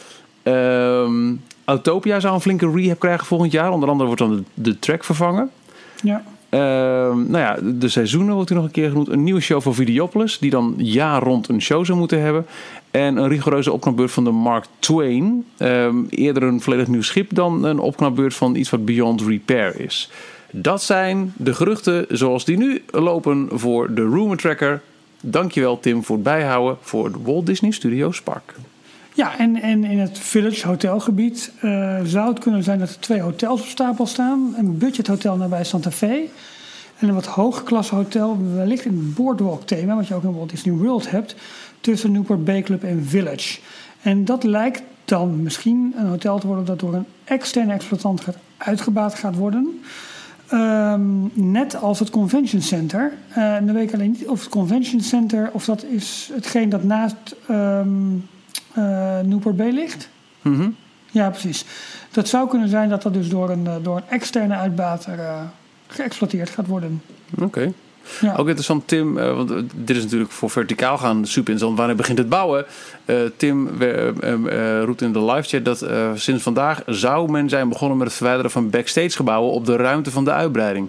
Um, Autopia zou een flinke rehab krijgen volgend jaar. Onder andere wordt dan de, de track vervangen. Ja. Uh, nou ja, de seizoenen wordt hier nog een keer genoemd. Een nieuwe show van Videopolis, die dan jaar rond een show zou moeten hebben. En een rigoureuze opknapbeurt van de Mark Twain. Um, eerder een volledig nieuw schip dan een opknapbeurt van iets wat Beyond Repair is. Dat zijn de geruchten zoals die nu lopen voor de Rumor Tracker. Dankjewel Tim voor het bijhouden voor de Walt Disney Studios Park. Ja, en, en in het Village hotelgebied uh, zou het kunnen zijn dat er twee hotels op stapel staan. Een budgethotel nabij Santa Fe. En een wat hoogklasse hotel, wellicht in het boardwalk thema, wat je ook in Walt Disney World hebt, tussen Newport Bay Club en Village. En dat lijkt dan misschien een hotel te worden dat door een externe exploitant gaat uitgebaat gaat worden. Um, net als het Convention Center. Uh, en dan weet ik alleen niet of het Convention Center, of dat is hetgeen dat naast um, uh, Newport Bay ligt. Mm-hmm. Ja, precies. Dat zou kunnen zijn dat dat dus door een, door een externe uitbater uh, geëxploiteerd gaat worden. Oké. Okay. Ja. Ook interessant, Tim, uh, want uh, dit is natuurlijk voor verticaal gaan super interessant. Wanneer begint het bouwen? Uh, Tim uh, uh, uh, roept in de live chat dat uh, sinds vandaag zou men zijn begonnen met het verwijderen van backstage gebouwen op de ruimte van de uitbreiding.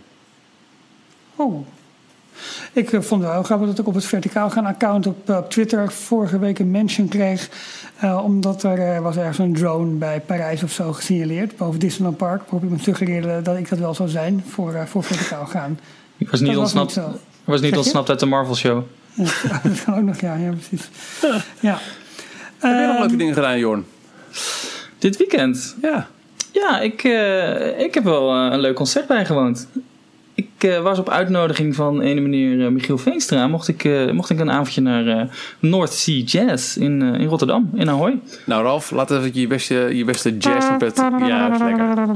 Oh. Ik uh, vond het wel grappig dat ik op het verticaal gaan account op, uh, op Twitter vorige week een mention kreeg. Uh, omdat er uh, was ergens een drone bij Parijs of zo gesignaleerd boven Disneyland Park. Waarop iemand suggereerde dat ik dat wel zou zijn voor, uh, voor verticaal gaan. Ik was niet dat ontsnapt, was niet, was niet ontsnapt uit de Marvel show. Ja, dat kan ook nog, ja, ja precies. Ja. Heb je nog Um, leuke dingen gedaan, Jorn? Dit weekend? Ja. Ja, ik, uh, ik heb wel uh, een leuk concert bijgewoond. Ik uh, was op uitnodiging van ene meneer uh, Michiel Veenstra. Mocht ik, uh, mocht ik een avondje naar uh, North Sea Jazz in, uh, in Rotterdam, in Ahoy. Nou Ralf, laat even je beste, je beste jazz trompet. Ja, dat is lekker.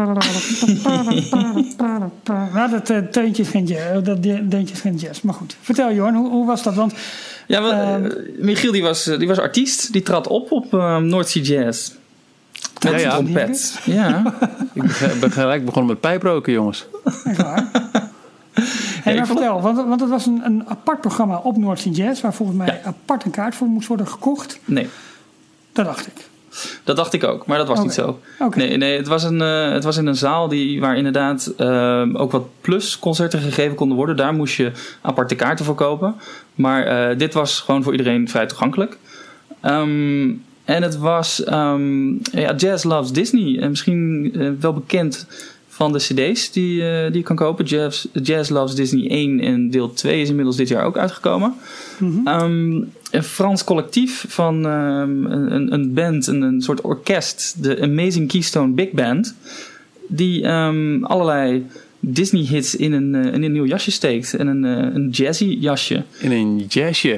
Nou, dat uh, deuntje is geen jazz, dat deuntje is geen jazz. Maar goed, vertel Jorn, hoe, hoe was dat? Want, ja, wel, uh, Michiel die was, die was artiest. Die trad op op uh, North Sea Jazz. Met ja, ja. trompet. Ja. Ik ben gelijk begonnen met pijproken, jongens. Echt waar? Hey, maar vertel, want, want het was een, een apart programma op North Sea Jazz, waar volgens mij ja. apart een kaart voor moest worden gekocht. Nee. Dat dacht ik. Dat dacht ik ook, maar dat was okay. niet zo. Okay. Nee, nee het, was een, uh, het was in een zaal die, waar inderdaad uh, ook wat plus concerten gegeven konden worden. Daar moest je aparte kaarten voor kopen. Maar uh, dit was gewoon voor iedereen vrij toegankelijk. Um, en het was um, ja, Jazz Loves Disney. En misschien uh, wel bekend van de cd's die, uh, die je kan kopen. Jazz, Jazz Loves Disney één en deel twee is inmiddels dit jaar ook uitgekomen. Mm-hmm. Um, een Frans collectief van um, een, een band, een, een soort orkest, de Amazing Keystone Big Band, die um, allerlei Disney hits in een, uh, in een nieuw jasje steekt. En een, uh, een jazzy jasje. In een jazzje.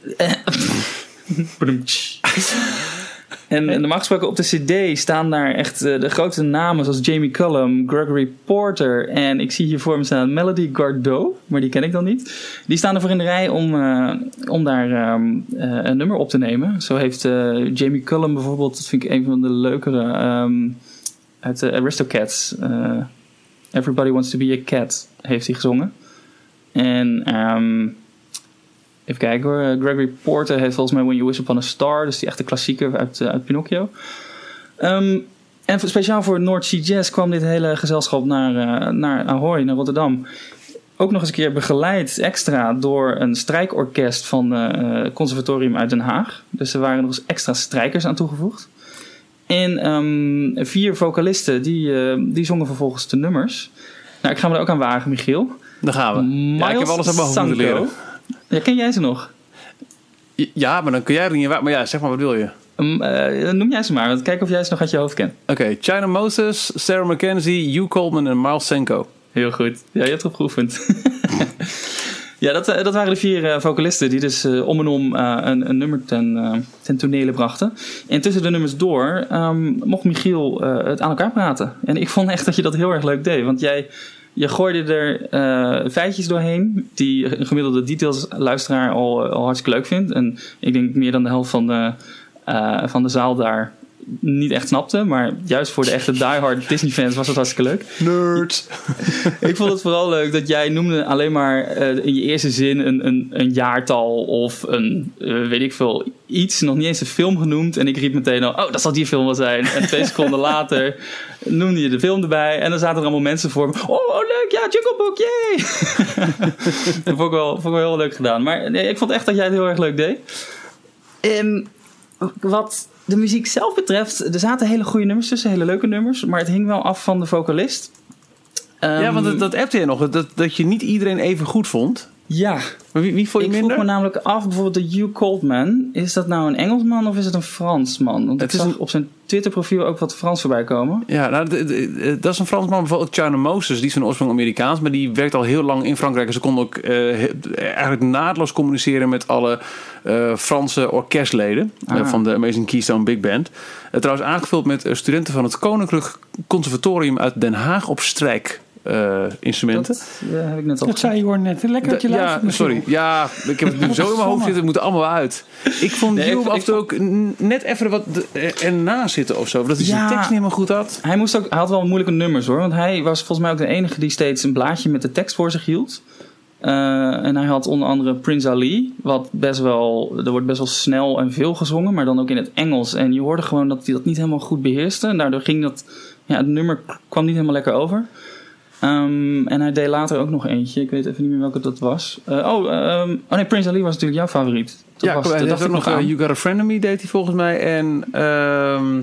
En, en normaal gesproken op de cd staan daar echt uh, de grote namen zoals Jamie Cullum, Gregory Porter en ik zie hier voor me staan Melody Gardot, maar die ken ik dan niet. Die staan ervoor in de rij om, uh, om daar um, uh, een nummer op te nemen. Zo heeft uh, Jamie Cullum bijvoorbeeld, dat vind ik een van de leukere, um, uit de Aristocats. Uh, Everybody Wants to Be a Cat heeft hij gezongen. En um, even kijken hoor. Gregory Porter heeft volgens mij When You Wish Upon a Star. Dus die echte klassieker uit, uh, uit Pinocchio. Um, en speciaal voor North Sea Jazz kwam dit hele gezelschap naar, uh, naar Ahoy, naar Rotterdam. Ook nog eens een keer begeleid extra door een strijkorkest van het uh, conservatorium uit Den Haag. Dus er waren nog eens extra strijkers aan toegevoegd. En um, vier vocalisten die, uh, die zongen vervolgens de nummers. Nou, ik ga me er ook aan wagen, Michiel. Daar gaan we. Miles ja, ik heb alles aan mijn hoofd moeten leren. Ja, ken jij ze nog? Ja, maar dan kun jij er niet in. Maar ja, zeg maar, wat wil je? Um, uh, noem jij ze maar, want kijk of jij ze nog uit je hoofd kent. Oké, okay, China Moses, Sarah McKenzie, Hugh Coleman en Miles Senko. Heel goed. Ja, je hebt erop geoefend. Ja, dat, dat waren de vier uh, vocalisten die dus uh, om en om uh, een, een nummer ten, uh, ten tonele brachten. En tussen de nummers door um, mocht Michiel uh, het aan elkaar praten. En ik vond echt dat je dat heel erg leuk deed. Want jij je gooide er uh, feitjes doorheen die een gemiddelde details luisteraar al, al hartstikke leuk vindt. En ik denk meer dan de helft van de, uh, van de zaal daar niet echt snapte. Maar juist voor de echte diehard Disney fans was het hartstikke leuk. Nerds. Ik vond het vooral leuk dat jij noemde alleen maar uh, in je eerste zin een, een, een jaartal of een, uh, weet ik veel, iets. Nog niet eens een film genoemd. En ik riep meteen al, oh, dat zal die film wel zijn. En twee seconden later noemde je de film erbij. En dan zaten er allemaal mensen voor me. Oh, oh leuk, ja, Jungle Book, yay! Dat vond ik, wel, vond ik wel heel leuk gedaan. Maar nee, ik vond echt dat jij het heel erg leuk deed. Um, wat de muziek zelf betreft, er zaten hele goede nummers tussen, hele leuke nummers. Maar het hing wel af van de vocalist. Um, ja, want dat, dat appte je nog. Dat, dat je niet iedereen even goed vond. Ja. Maar wie, wie vond je ik minder? vroeg me namelijk af, bijvoorbeeld de Hugh Coldman. Is dat nou een Engelsman of is het een Fransman? Want het ik is zag een... op zijn Twitter-profiel ook wat Frans voorbij komen. Ja, nou, d- d- dat is een Fransman. Bijvoorbeeld China Moses, die is van oorsprong Amerikaans. Maar die werkt al heel lang in Frankrijk. En ze konden ook uh, eigenlijk naadloos communiceren met alle uh, Franse orkestleden. Ah. Uh, van de Amazing Keystone Big Band. Uh, trouwens aangevuld met uh, studenten van het Koninklijk Conservatorium uit Den Haag op strijk. Uh, instrumenten. Dat uh, heb ik net al. Dat zei je hoor net. Lekker dat je luistert. Ja, sorry. Ja, ik heb het nu zo in mijn hoofd zitten. Het moet er allemaal uit. Ik vond nee, Hugh af en toe ook net even wat ernaast zitten of zo. Dat hij ja, zijn tekst niet helemaal goed had. Hij, moest ook, hij had wel moeilijke nummers hoor. Want hij was volgens mij ook de enige die steeds een blaadje met de tekst voor zich hield. Uh, en hij had onder andere Prince Ali. Wat best wel, er wordt best wel snel en veel gezongen. Maar dan ook in het Engels. En je hoorde gewoon dat hij dat niet helemaal goed beheerste. En daardoor ging dat... Ja, het nummer kwam niet helemaal lekker over. Um, en hij deed later ook nog eentje. Ik weet even niet meer welke dat was. Uh, oh, um, oh nee, Prince Ali was natuurlijk jouw favoriet. Dat ja, was, hij dat ook nog uh, You Got a Friend of Me deed hij volgens mij. En um,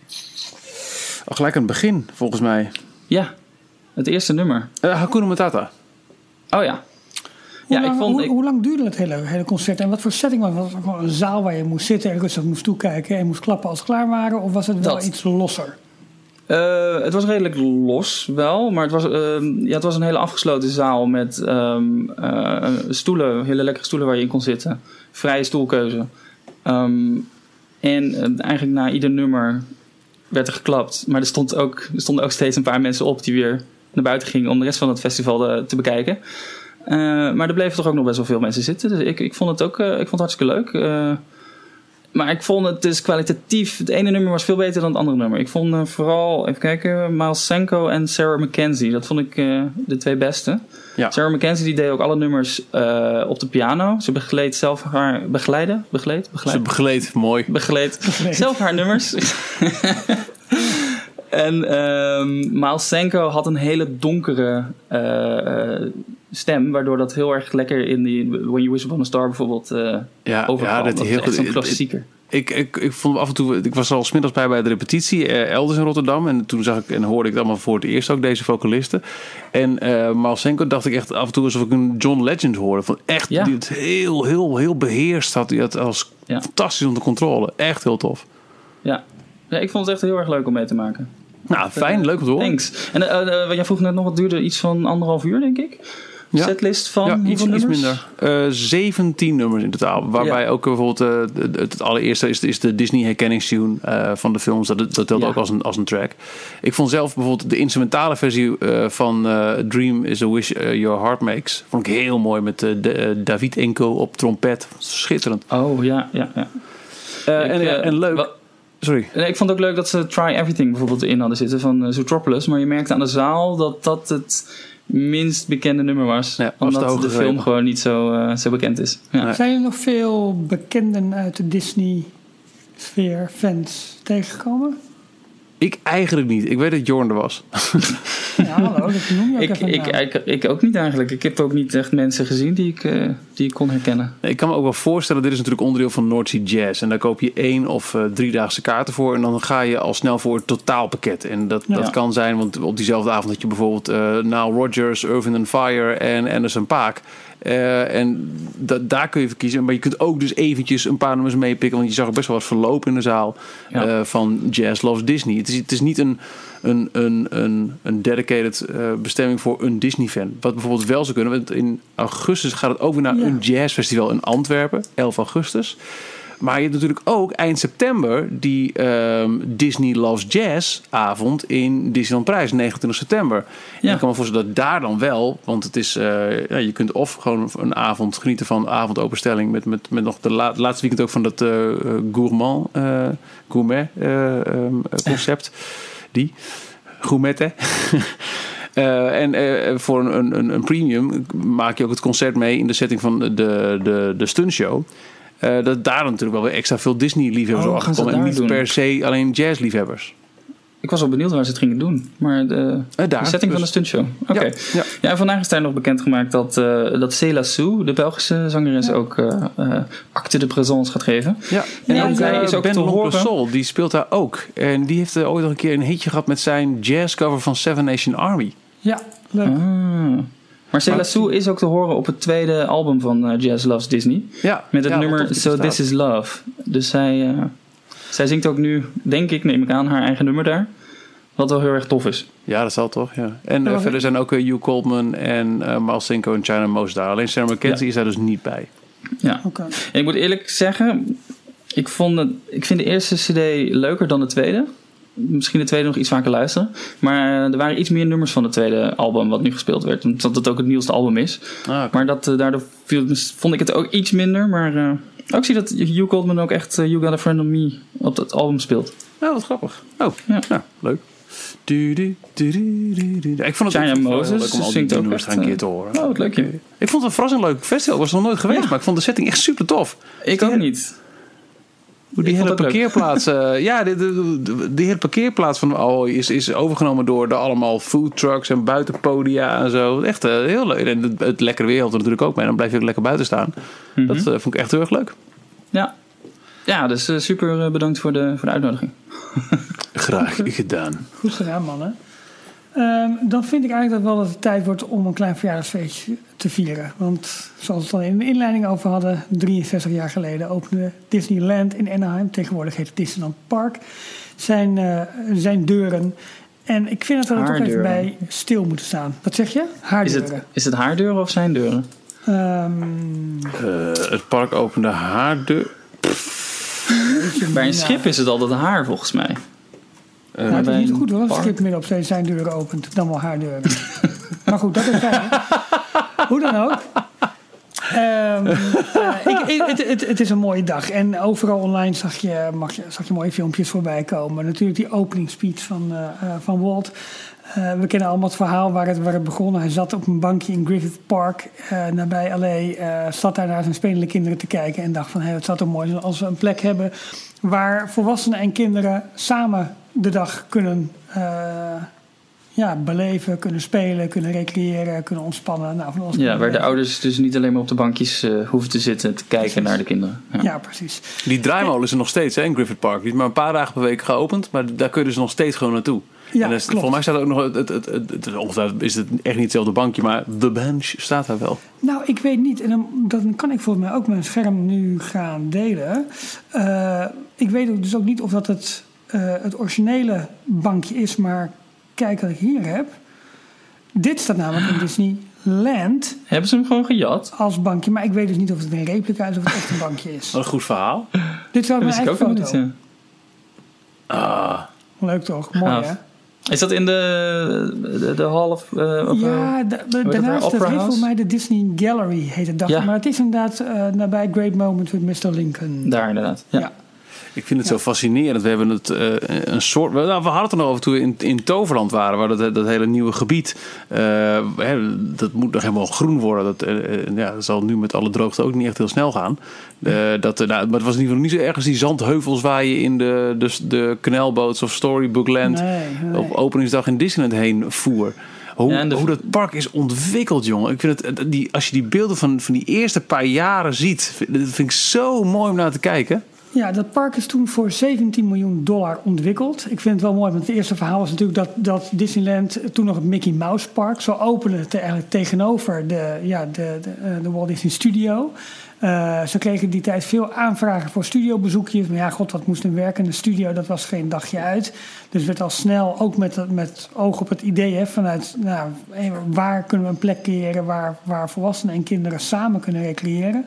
oh, gelijk aan het begin volgens mij. Ja, het eerste nummer. Uh, Hakuna Matata. Oh ja. Hoe, ja lang, ik vond, hoe, ik... hoe lang duurde het hele, hele concert? En wat voor setting was het? Was het gewoon een zaal waar je moest zitten en rustig moest toekijken en moest klappen als het klaar waren? Of was het wel dat. iets losser? Uh, het was redelijk los wel, maar het was, uh, ja, het was een hele afgesloten zaal met um, uh, stoelen, hele lekkere stoelen waar je in kon zitten. Vrije stoelkeuze. Um, en uh, eigenlijk na ieder nummer werd er geklapt. Maar er, stond ook, er stonden ook steeds een paar mensen op die weer naar buiten gingen om de rest van het festival de, te bekijken. Uh, maar er bleven toch ook nog best wel veel mensen zitten. Dus ik, ik vond het ook uh, ik vond het hartstikke leuk. Uh, Maar ik vond het dus kwalitatief... Het ene nummer was veel beter dan het andere nummer. Ik vond uh, vooral, even kijken... Miles Senko en Sarah McKenzie. Dat vond ik uh, de twee beste. Ja. Sarah McKenzie die deed ook alle nummers uh, op de piano. Ze begeleed zelf haar... Begeleiden? Begeleed? Begeleid? Ze begeleed, mooi. Begeleed. begeleed. Zelf haar nummers. En um, Miles Senko had een hele donkere uh, stem, waardoor dat heel erg lekker in die When You Wish Upon a Star bijvoorbeeld uh, ja, overkwam. Ja, dat, dat heel is echt goed. zo'n klassieker. Ik, ik, ik vond af en toe, ik was al 's middags bij bij de repetitie uh, elders in Rotterdam en toen zag ik en hoorde ik het allemaal voor het eerst ook deze vocalisten. En uh, Miles Senko dacht ik echt af en toe alsof ik een John Legend hoorde, van echt ja. die het heel heel heel beheerst had, die had als ja. fantastisch onder controle, echt heel tof. Ja. Ja, ik vond het echt heel erg leuk om mee te maken. Nou, fijn, uh, leuk om te horen. Thanks. En uh, uh, jij vroeg net nog, het duurde iets van anderhalf uur, denk ik. Ja. Setlist van ja, hoeveel iets, nummers? iets minder. Uh, zeventien nummers in totaal. Waarbij ja. ook bijvoorbeeld uh, het, het allereerste is, is de Disney herkenningstune uh, van de films. Dat, dat telt ja. ook als een, als een track. Ik vond zelf bijvoorbeeld de instrumentale versie uh, van uh, Dream is a Wish uh, Your Heart Makes. Vond ik heel mooi met uh, de, uh, David Enko op trompet. Schitterend. Oh ja, ja, ja. Uh, ik, en, uh, en leuk. Wel, Sorry. Nee, ik vond het ook leuk dat ze Try Everything bijvoorbeeld in hadden zitten van uh, Zootropolis. Maar je merkte aan de zaal dat dat het minst bekende nummer was. Ja, was omdat de, de film gewoon niet zo, uh, zo bekend is. Ja. Nee. Zijn er nog veel bekenden uit de Disney-sfeer, fans, tegengekomen? Ik eigenlijk niet. Ik weet dat Jorn er was. Ja, hallo, dat noem je ook ik, even ik, ik, ik ook niet eigenlijk. Ik heb ook niet echt mensen gezien die ik, uh, die ik kon herkennen. Nee, ik kan me ook wel voorstellen, dit is natuurlijk onderdeel van North Sea Jazz. En daar koop je één of uh, driedaagse kaarten voor. En dan ga je al snel voor het totaalpakket. En dat, ja. dat kan zijn, want op diezelfde avond had je bijvoorbeeld uh, Nile Rodgers, Earth, Wind and Fire en Anderson .Paak. Uh, en da- daar kun je voor kiezen. Maar je kunt ook dus eventjes een paar nummers meepikken. Want je zag er best wel wat verloop in de zaal ja. uh, van Jazz Loves Disney. Het is, het is niet een, een, een, een, een dedicated uh, bestemming voor een Disney-fan. Wat bijvoorbeeld wel zou kunnen. Want in augustus gaat het ook weer naar ja. een jazzfestival in Antwerpen. elf augustus. Maar je hebt natuurlijk ook eind september die um, Disney Loves Jazz avond in Disneyland Parijs, negenentwintig september. Ja. En ik kan me voorstellen dat daar dan wel, want het is, uh, ja, je kunt of gewoon een avond genieten van avondopenstelling met, met, met nog de la- laatste weekend ook van dat uh, gourmand, uh, gourmet uh, um, concept. Die, gourmette. Uh, en uh, voor een, een, een premium maak je ook het concert mee in de setting van de, de, de stuntshow. Uh, dat daar natuurlijk wel weer extra veel Disney-liefhebbers Oh, op gaan ze afkomen. En daar niet doen? per se alleen jazz-liefhebbers. Ik was wel benieuwd waar ze het gingen doen. Maar de, Uh, daar, de setting dus. van de stuntshow. Oké. Ja, ja. Ja, en vandaag is daar nog bekendgemaakt dat, uh, dat Céla Sou, de Belgische zangeres, ook uh, uh, acte de présence gaat geven. Ja, en Ja, ook, zij uh, is ook Ben te horen. Sol, die speelt daar ook. En die heeft uh, ooit nog een keer een hitje gehad met zijn jazzcover van Seven Nation Army. Ja, leuk. Ah. Maar Céla Sou is ook te horen op het tweede album van uh, Jazz Loves Disney. Ja, Met het ja, wat nummer tof die So bestaat. This Is Love. Dus zij, uh, zij zingt ook nu, denk ik, neem ik aan, haar eigen nummer daar. Wat wel heel erg tof is. Ja, dat zal toch, ja. En uh, Ja, verder zijn ook uh, Hugh Coltman en uh, Miles Cinco en China Mose daar. Alleen Sarah McKenzie Ja. is daar dus niet bij. Ja. Oké. En ik moet eerlijk zeggen, ik, vond het, ik vind de eerste cd leuker dan de tweede. Misschien de tweede nog iets vaker luisteren. Maar er waren iets meer nummers van het tweede album wat nu gespeeld werd. Omdat het ook het nieuwste album is. Ah, okay. Maar dat, uh, daardoor viel, vond ik het ook iets minder. Maar uh, ook zie dat Hugh Coltman ook echt uh, You Got a Friend on Me op dat album speelt. Nou, wat grappig. Oh, Ja. nou, leuk. Du, du, du, du, du, du. Ik vond het China ook wel Moses leuk om al die zingt ook nummers echt, een keer uh, te horen. Oh, wat leuk, ja. Ik vond het een verrassend leuk festival. Ik was er nog nooit geweest, Ja. maar ik vond de setting echt super tof. Ik ook niet. Die Ik hele vond het leuk. parkeerplaats, uh, ja, de, de, de, de hele parkeerplaats van Ahoy is, is overgenomen door de allemaal food trucks en buitenpodia en zo. Echt uh, heel leuk. En het, het lekkere weer helpt er natuurlijk ook mee. Dan blijf je ook lekker buiten staan. Mhm. Dat uh, vond ik echt heel erg leuk. Ja. Ja, dus uh, super uh, bedankt voor de, voor de uitnodiging. Graag gedaan. Goed gedaan, mannen. Um, dan vind ik eigenlijk dat wel dat het tijd wordt om een klein verjaardagsfeestje te vieren. Want zoals we het al in de inleiding over hadden, drieënzestig jaar geleden opende Disneyland in Anaheim. Tegenwoordig heet het Disneyland Park. Zijn, uh, zijn deuren. En ik vind dat we er toch even Haardeuren. bij stil moeten staan. Wat zeg je? Is Haardeuren. het, is het haar deuren of zijn deuren? Um, Uh, het park opende haar deur. Bij een schip is het altijd haar, volgens mij. Uh, Nou, het is bij niet een goed hoor, als het park. schip midden op zee zijn deuren opent, dan wel haar deuren. Maar goed, dat is fijn. Hoe dan ook. Um, uh, ik, ik, het, het, het is een mooie dag. En overal online zag je, mag je, zag je mooie filmpjes voorbij komen. Natuurlijk die opening speech van, uh, uh, van Walt. Uh, we kennen allemaal het verhaal waar het, waar het begon. Hij zat op een bankje in Griffith Park, uh, nabij L A. Uh, zat daar naar zijn spelende kinderen te kijken. En dacht van, hey, het zou toch mooi zijn als we een plek hebben waar volwassenen en kinderen samen de dag kunnen uh, ja, beleven, kunnen spelen, kunnen recreëren, kunnen ontspannen. Nou, van alles Ja, kunnen waar de beleven. ouders dus niet alleen maar op de bankjes uh, hoeven te zitten te kijken Precies. naar de kinderen. Ja. Ja, precies. Die draaimolen is er nog steeds hè, in Griffith Park. Die is maar een paar dagen per week geopend. Maar daar kun je dus nog steeds gewoon naartoe. Ja, en dus, klopt. volgens mij staat er ook nog... Het, het, het, het, het, ongetwijfeld is het echt niet hetzelfde bankje. Maar The Bench staat daar wel. Nou, ik weet niet. En dan, dan kan ik volgens mij ook mijn scherm nu gaan delen. Uh, ik weet ook dus ook niet of dat het, uh, het originele bankje is. Maar kijk wat ik hier heb. Dit staat namelijk in Disneyland Hebben ze hem gewoon gejat? als bankje. Maar ik weet dus niet of het een replica is of het echt een bankje is. Wat een goed verhaal. Dit is wel Dat mijn wist ik eigen ook foto. nog niet. Ja. Ah, Leuk toch? Mooi Gaaf. hè? Is dat in de, de, de Hall of... Uh, of Ja, uh, da- het weer? daarnaast dat Opera heet House? voor mij de Disney Gallery heet het, dacht Ja. ik. Maar het is inderdaad uh, nabij Great Moment with mister Lincoln. daar inderdaad. Ja. Ja. ik vind het zo fascinerend. We hebben het uh, een soort... Nou, we hadden het er nog over toen we in, in Toverland waren. Waar dat, dat hele nieuwe gebied... Uh, hè, dat moet nog helemaal groen worden. Dat, uh, ja, dat zal nu met alle droogte ook niet echt heel snel gaan. Uh, dat, uh, nou, maar het was in ieder geval niet zo ergens die zandheuvels waar je in de, de, de Canalboats of Storybookland Nee, nee. op openingsdag in Disneyland heen voer. Hoe, Ja, en de- hoe dat park is ontwikkeld, jongen. Ik vind het, die, als je die beelden van, van die eerste paar jaren ziet... dat vind ik zo mooi om naar te kijken. Ja, dat park is toen voor zeventien miljoen dollar ontwikkeld. Ik vind het wel mooi, want het eerste verhaal was natuurlijk dat, dat Disneyland toen nog het Mickey Mouse Park zou openen te, eigenlijk tegenover de, ja, de, de, uh, de Walt Disney Studio. Uh, ze kregen die tijd veel aanvragen voor studiobezoekjes. Maar ja, god, wat moest een werkende studio, dat was geen dagje uit. Dus werd al snel, ook met, met oog op het idee hè, vanuit nou, waar kunnen we een plek creëren waar, waar volwassenen en kinderen samen kunnen recreëren.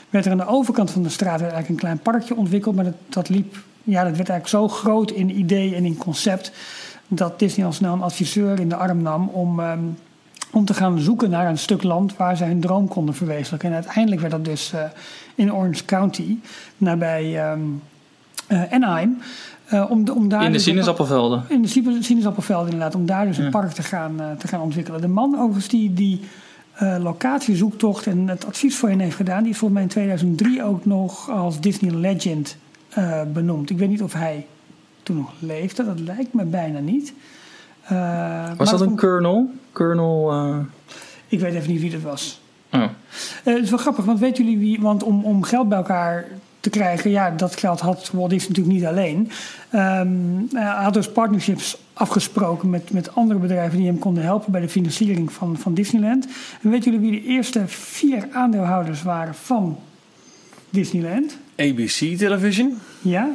werd er aan de overkant van de straat werd eigenlijk een klein parkje ontwikkeld. Maar dat, dat liep, ja, dat werd eigenlijk zo groot in idee en in concept, dat Disney al snel een adviseur in de arm nam om, um, om te gaan zoeken naar een stuk land waar ze hun droom konden verwezenlijken. En uiteindelijk werd dat dus uh, in Orange County, nabij um, uh, Anaheim. Uh, om, om daar in de dus sinaasappelvelden. In de sinaasappelvelden inderdaad, om daar dus een ja. park te gaan, uh, te gaan ontwikkelen. De man overigens die die uh, locatiezoektocht en het advies voor hen heeft gedaan, die is volgens mij in tweeduizend drie ook nog als Disney Legend uh, benoemd. Ik weet niet of hij toen nog leefde, dat lijkt me bijna niet. Uh, was dat een Colonel? Colonel uh... Ik weet even niet wie dat was. Oh. Uh, het is wel grappig, want weten jullie wie, want om, om geld bij elkaar te krijgen, ja, dat geld had Walt Disney natuurlijk niet alleen. Um, hij had dus partnerships afgesproken met, met andere bedrijven die hem konden helpen bij de financiering van, van Disneyland. En weten jullie wie de eerste vier aandeelhouders waren van Disneyland? A B C Television? Ja.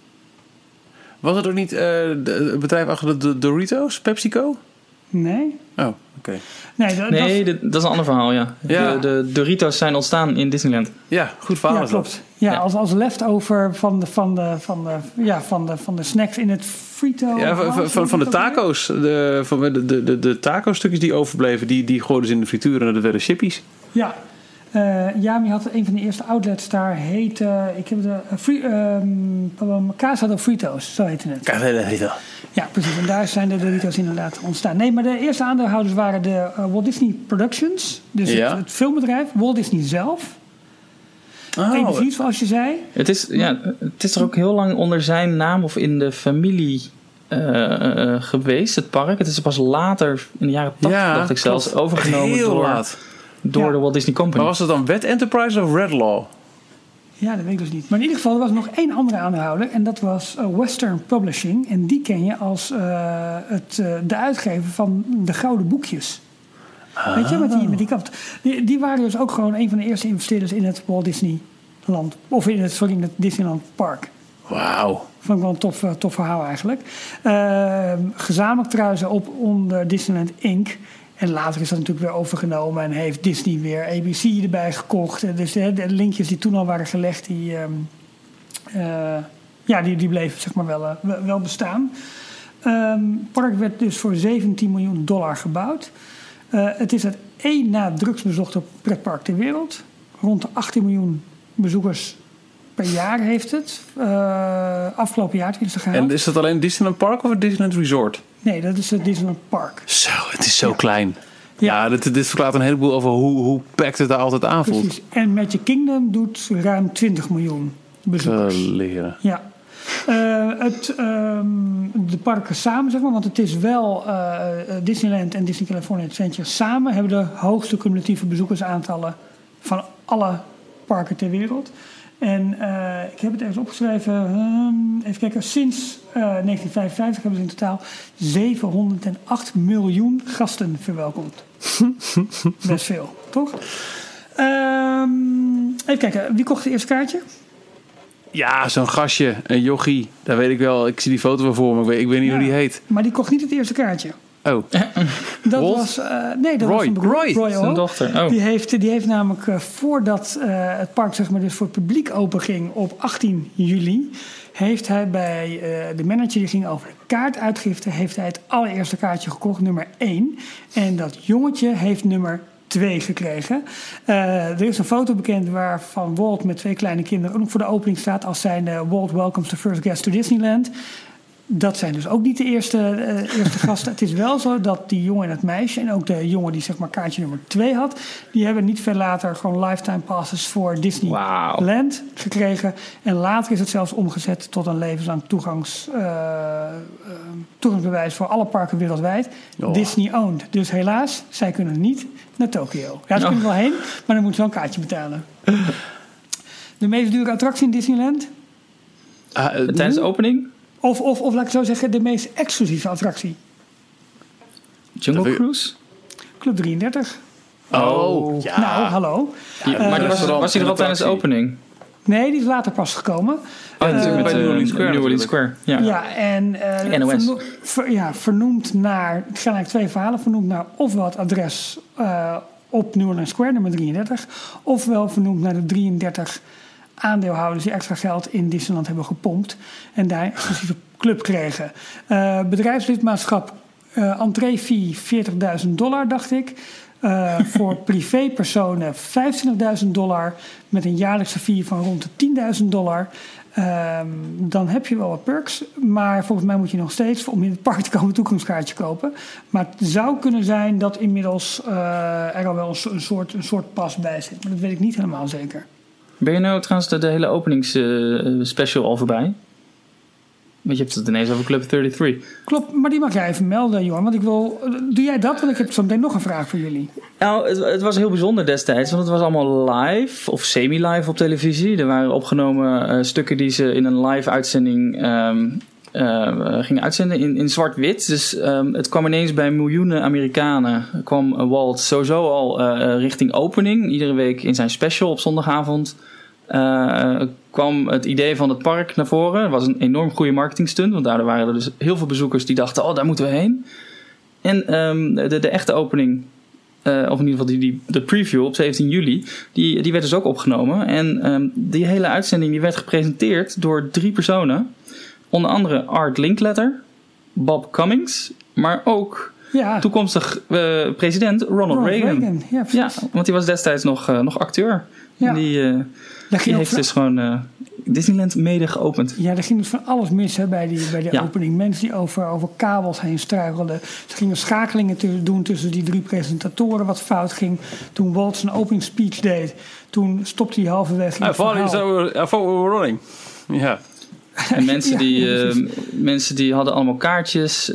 Was het ook niet uh, de, het bedrijf achter de Doritos, PepsiCo? Nee. Oh, oké. Okay. Nee, dat, nee dat, dat is een ander verhaal, ja. ja. De, de Doritos zijn ontstaan in Disneyland. Ja, goed verhaal. Ja, is klopt. dat. Ja, ja. Als, als leftover van de, van, de, van, de, ja, van, de, van de snacks in het frito. Ja, van, van, van de taco's. De, van de, de, de, de taco-stukjes die overbleven, die, die gooiden ze in de frituur en dat werden chippies. Ja. Uh, Yami had een van de eerste outlets daar, heette, ik heb de, uh, free, um, Casa de Fritos, zo heette het. Casa de Fritos. Ja, precies. En daar zijn de Doritos inderdaad ontstaan. Nee, maar de eerste aandeelhouders waren de uh, Walt Disney Productions, dus ja. het, het filmbedrijf, Walt Disney zelf. Oh. A B C, zoals je zei. Het is, ja, het is er ook heel lang onder zijn naam of in de familie uh, uh, geweest, het park. Het is pas later, in de jaren tachtig, ja, dacht ik zelfs, klopt. overgenomen heel door, laat. door ja. de Walt Disney Company. Maar was het dan Wet Enterprise of Red Law? Ja, dat weet ik dus niet. Maar in ieder geval, er was nog één andere aandeelhouder. En dat was uh, Western Publishing. En die ken je als uh, het, uh, de uitgever van de gouden boekjes. Ah. Weet je, met die, met die kap. Die, die waren dus ook gewoon een van de eerste investeerders in het Walt Disney Land. Of in het, sorry, in het Disneyland Park. Wauw. Vond ik wel een tof, uh, tof verhaal eigenlijk. Uh, gezamenlijk trouwens op onder Disneyland Incorporated. En later is dat natuurlijk weer overgenomen en heeft Disney weer A B C erbij gekocht. Dus de, de linkjes die toen al waren gelegd, die, um, uh, ja, die, die bleven zeg maar wel, uh, wel bestaan. Het um, park werd dus voor zeventien miljoen dollar gebouwd. Uh, het is het één na drukst bezochte pretpark ter wereld. Rond de achttien miljoen bezoekers per jaar heeft het. Uh, afgelopen jaar tenminste gehaald. En is dat alleen Disneyland Park of het Disneyland Resort? Nee, dat is het Disneyland Park. Zo, het is zo ja. klein. Ja, ja dit, dit verklaart een heleboel over hoe, hoe packed het daar altijd aanvoelt. Precies. En Magic Kingdom doet ruim twintig miljoen bezoekers. Leren. Ja. Uh, het, um, de parken samen, zeg maar, want het is wel uh, Disneyland en Disney California Adventure samen hebben de hoogste cumulatieve bezoekersaantallen van alle parken ter wereld. En uh, ik heb het even opgeschreven. Um, even kijken. Sinds uh, negentien vijfenvijftig hebben ze in totaal zevenhonderdacht miljoen gasten verwelkomd. Best veel, toch? Um, even kijken. Wie kocht het eerste kaartje? Ja, zo'n gastje, een jochie. Dat weet ik wel. Ik zie die foto wel voor me. Ik weet, ik weet niet ja, hoe die heet. Maar die kocht niet het eerste kaartje. Oh. Dat Walt? was, uh, nee, dat Roy. was een broer, Roy. Roy Zijn dochter. Oh. Die, heeft, die heeft namelijk uh, voordat uh, het park zeg maar, dus voor het publiek open ging op achttien juli... heeft hij bij uh, de manager die ging over de kaartuitgifte... heeft hij het allereerste kaartje gekocht, nummer één. En dat jongetje heeft nummer twee gekregen. Uh, er is een foto bekend waarvan Walt met twee kleine kinderen... ook nog voor de opening staat als zijn uh, Walt welcomes the first guest to Disneyland... Dat zijn dus ook niet de eerste, uh, eerste gasten. Het is wel zo dat die jongen en het meisje... en ook de jongen die zeg maar kaartje nummer twee had... die hebben niet veel later gewoon lifetime passes voor Disneyland wow. gekregen. En later is het zelfs omgezet tot een levenslang toegangs, uh, uh, toegangsbewijs... voor alle parken wereldwijd. Oh. Disney owned. Dus helaas, zij kunnen niet naar Tokio. Ja, ze kunnen wel heen, maar dan moeten ze wel een kaartje betalen. De meest dure attractie in Disneyland? Uh, uh, tijdens de opening? Of, of, of laat ik zo zeggen, de meest exclusieve attractie. Jungle Cruise? Club drieëndertig. Oh, ja. Nou, hallo. Ja, uh, maar die was, was hij er al tijdens de opening? Nee, die is later pas gekomen. Oh, uh, uh, bij New Orleans Square. New Orleans Square, ja. Ja, en uh, N O S. Verno- ver, ja, vernoemd naar, het gaan eigenlijk twee verhalen, vernoemd naar ofwel het adres... Uh, op New Orleans Square, nummer drieëndertig. Ofwel vernoemd naar de drieëndertig aandeelhouders die extra geld in Disneyland hebben gepompt. En daar exclusieve club kregen. Uh, bedrijfslidmaatschap, uh, entree-fee veertigduizend dollar, dacht ik. Uh, voor privépersonen vijfentwintigduizend dollar. Met een jaarlijkse fee van rond de tienduizend dollar. Uh, dan heb je wel wat perks. Maar volgens mij moet je nog steeds, om in het park te komen, een toegangskaartje kopen. Maar het zou kunnen zijn dat inmiddels uh, er al wel een, een, soort, een soort pas bij zit. Maar dat weet ik niet helemaal zeker. Ben je nou trouwens de, de hele openingsspecial uh, al voorbij? Want je hebt het ineens over Club drieëndertig. Klopt, maar die mag jij even melden, Johan. Want ik wil. Doe jij dat? Want ik heb zo meteen nog een vraag voor jullie. Nou, het, het was heel bijzonder destijds. Want het was allemaal live of semi-live op televisie. Er waren opgenomen uh, stukken die ze in een live uitzending um, uh, gingen uitzenden in, in zwart-wit. Dus um, het kwam ineens bij miljoenen Amerikanen. Kwam uh, Walt sowieso al uh, richting opening. Iedere week in zijn special op zondagavond. Uh, kwam het idee van het park naar voren. Het was een enorm goede marketingstunt, want daardoor waren er dus heel veel bezoekers die dachten, oh, daar moeten we heen. En um, de, de echte opening, uh, of in ieder geval die, die, de preview op zeventien juli, die, die werd dus ook opgenomen. En um, die hele uitzending die werd gepresenteerd door drie personen. Onder andere Art Linkletter, Bob Cummings, maar ook ja. toekomstig uh, president Ronald, Ronald Reagan. Reagan. Ja, ja, want die was destijds nog, uh, nog acteur. Ja. En die, uh, die heeft dus gewoon uh, Disneyland mede geopend. Ja, er ging dus van alles mis hè, bij, die, bij de ja. opening. Mensen die over, over kabels heen struikelden. Ze gingen schakelingen te, doen tussen die drie presentatoren wat fout ging. Toen Walt zijn opening speech deed, toen stopte hij halverwege. I thought we were running. Ja. Yeah. En mensen die, uh, mensen die hadden allemaal kaartjes,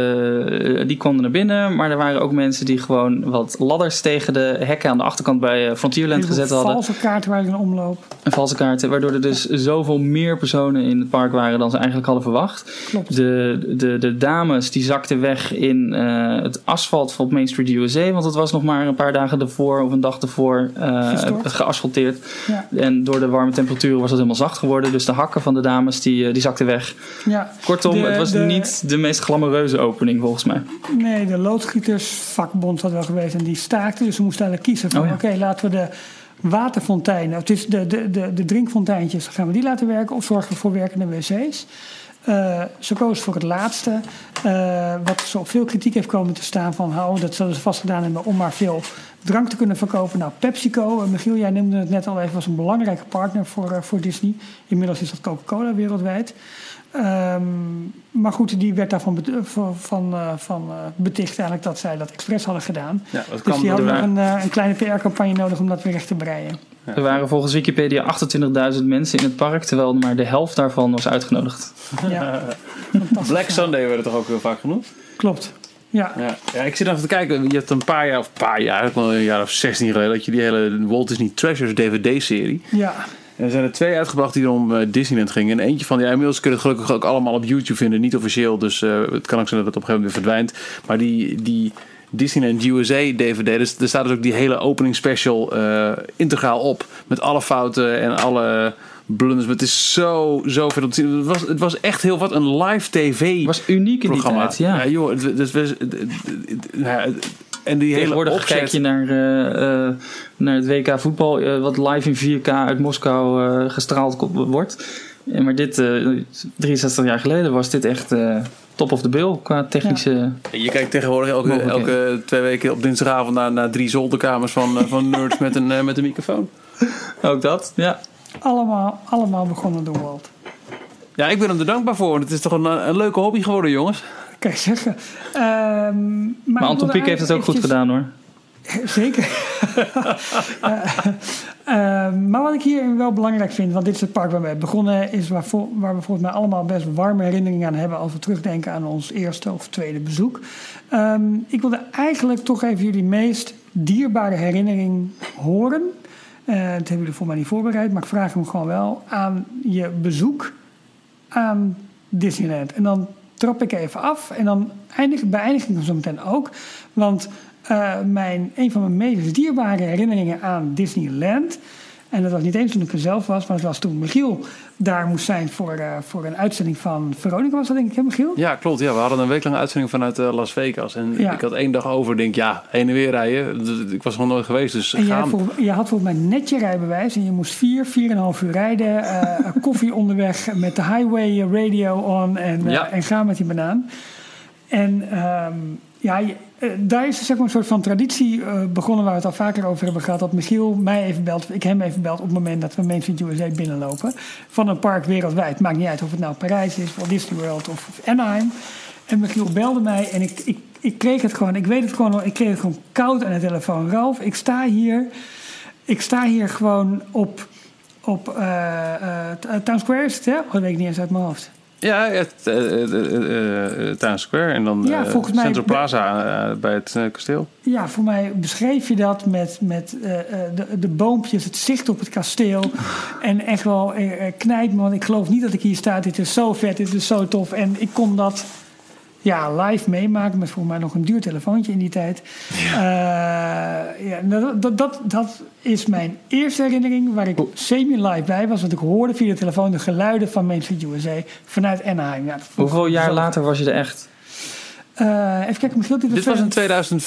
uh, die konden naar binnen. Maar er waren ook mensen die gewoon wat ladders tegen de hekken aan de achterkant bij Frontierland gezet hadden. Valse kaarten waren in omloop. En valse kaarten, waardoor er dus zoveel meer personen in het park waren dan ze eigenlijk hadden verwacht. Klopt. De, de, de dames die zakten weg in uh, het asfalt van Main Street U S A. Want het was nog maar een paar dagen ervoor of een dag ervoor uh, geasfalteerd. Ja. En door de warme temperaturen was het helemaal zacht geworden. Dus de hakken van de dames die Die, die zakte weg. Ja, Kortom, de, het was de, niet de meest glamoureuze opening volgens mij. Nee, de loodgietersvakbond had wel geweest en die staakte. Dus ze moesten eigenlijk kiezen van oh, ja. oké, okay, laten we de waterfonteinen, het is de, de, de, de drinkfonteintjes, gaan we die laten werken of zorgen we voor werkende wc's? Uh, ze koos voor het laatste. Uh, wat zo op veel kritiek heeft komen te staan van oh, dat zullen ze vast gedaan hebben om maar veel drank te kunnen verkopen. Nou, PepsiCo, uh, Michiel, jij noemde het net al even, was een belangrijke partner voor, uh, voor Disney. Inmiddels is dat Coca-Cola wereldwijd. Um, maar goed, die werd daarvan bet- van, van, uh, van uh, beticht eigenlijk dat zij dat expres hadden gedaan. Ja, dat dus die hadden nog een, uh, een kleine P R-campagne nodig om dat weer recht te breien. Ja. Er waren volgens Wikipedia achtentwintigduizend mensen in het park, terwijl maar de helft daarvan was uitgenodigd. Ja. Black Sunday werd het toch ook heel vaak genoemd? Klopt. Ja. Ja. Ja, ik zit even te kijken. Je hebt een paar jaar, of een paar jaar, eigenlijk wel een jaar of zestien geleden, dat je die hele Walt Disney Treasures D V D-serie. Ja. En er zijn er twee uitgebracht die om uh, Disneyland gingen. En eentje van die, ja, inmiddels kun je het gelukkig ook allemaal op YouTube vinden, niet officieel. Dus uh, het kan ook zijn dat het op een gegeven moment weer verdwijnt. Maar die, die Disneyland U S A D V D, dus er staat dus ook die hele opening special uh, integraal op. Met alle fouten en alle blunders. Maar het is zo, zo veel te zien. Het was, het was echt heel wat een live tv. Het was uniek in die tijd, ja. Ja, joh, het, het, het, het, het, het, het, en die tegenwoordig hele kijk je naar, uh, uh, naar het W K voetbal, uh, wat live in vier K uit Moskou uh, gestraald wordt. En maar dit, uh, drieënzestig jaar geleden, was dit echt uh, top of the bill qua technische. Ja. Je kijkt tegenwoordig elke, elke twee weken op dinsdagavond naar, naar drie zolderkamers van, uh, van nerds met een, uh, met een microfoon. Ook dat, ja. Allemaal, allemaal begonnen door Walt. Ja, ik ben hem er dankbaar voor. Het is toch een, een leuke hobby geworden, jongens. Kijk zeggen. Um, maar maar Anton Pieck heeft het ook eventjes goed gedaan, hoor. Zeker. uh, uh, maar wat ik hier wel belangrijk vind, want dit is het park waar we begonnen, is waar, vo- waar we volgens mij allemaal best warme herinneringen aan hebben als we terugdenken aan ons eerste of tweede bezoek. Um, ik wilde eigenlijk toch even jullie meest dierbare herinnering horen. Uh, dat hebben jullie voor mij niet voorbereid, maar ik vraag hem gewoon wel aan je bezoek aan Disneyland. En dan trap ik even af en dan eindig, beëindig ik hem zo meteen ook. Want uh, mijn, een van mijn meest dierbare herinneringen aan Disneyland En dat was niet eens toen ik er zelf was, maar het was toen Michiel daar moest zijn voor, uh, voor een uitzending van Veronica, was dat denk ik, hè Michiel? Ja, klopt. Ja, we hadden een week lang uitzending vanuit uh, Las Vegas. En Ja. ik had één dag over, denk ja, heen en weer rijden. Ik was gewoon nooit geweest, dus En jij, gaan. voor, jij had volgens mij net je rijbewijs en je moest vier, vier en een half uur rijden. Uh, koffie onderweg met de highway radio on en, uh, Ja. en gaan met die banaan. En um, ja, je, uh, daar is zeg maar een soort van traditie uh, begonnen waar we het al vaker over hebben gehad. Dat Michiel mij even belt, ik hem even belt op het moment dat we Main Street U S A binnenlopen. Van een park wereldwijd. Maakt niet uit of het nou Parijs is, Walt Disney World of, of Anaheim. En Michiel belde mij en ik, ik, ik kreeg het gewoon, ik weet het gewoon nog, ik kreeg het gewoon koud aan de telefoon. Ralf, ik sta hier, ik sta hier gewoon op, op uh, uh, Town Square is het, hè? Oh, dat weet ik niet eens uit mijn hoofd. Ja, het, uh, uh, uh, uh, Times Square en dan Ja, uh, volgens mij- Central Plaza uh, bij het uh, kasteel. Ja, voor mij beschreef je dat met, met uh, uh, de, de boompjes, het zicht op het kasteel. En echt wel uh, knijt me, want ik geloof niet dat ik hier sta. Dit is zo vet, dit is zo tof. En ik kon dat ja, live meemaken met volgens mij nog een duur telefoontje in die tijd. Ja. Uh, ja, dat, dat, dat, dat is mijn eerste herinnering waar ik semi-live bij was. Want ik hoorde via de telefoon de geluiden van Main Street U S A vanuit Anaheim. Ja, dat vond ik Hoeveel jaar zo- later was je er echt? Uh, even kijken, Michiel, dit, Dit was in tweeduizend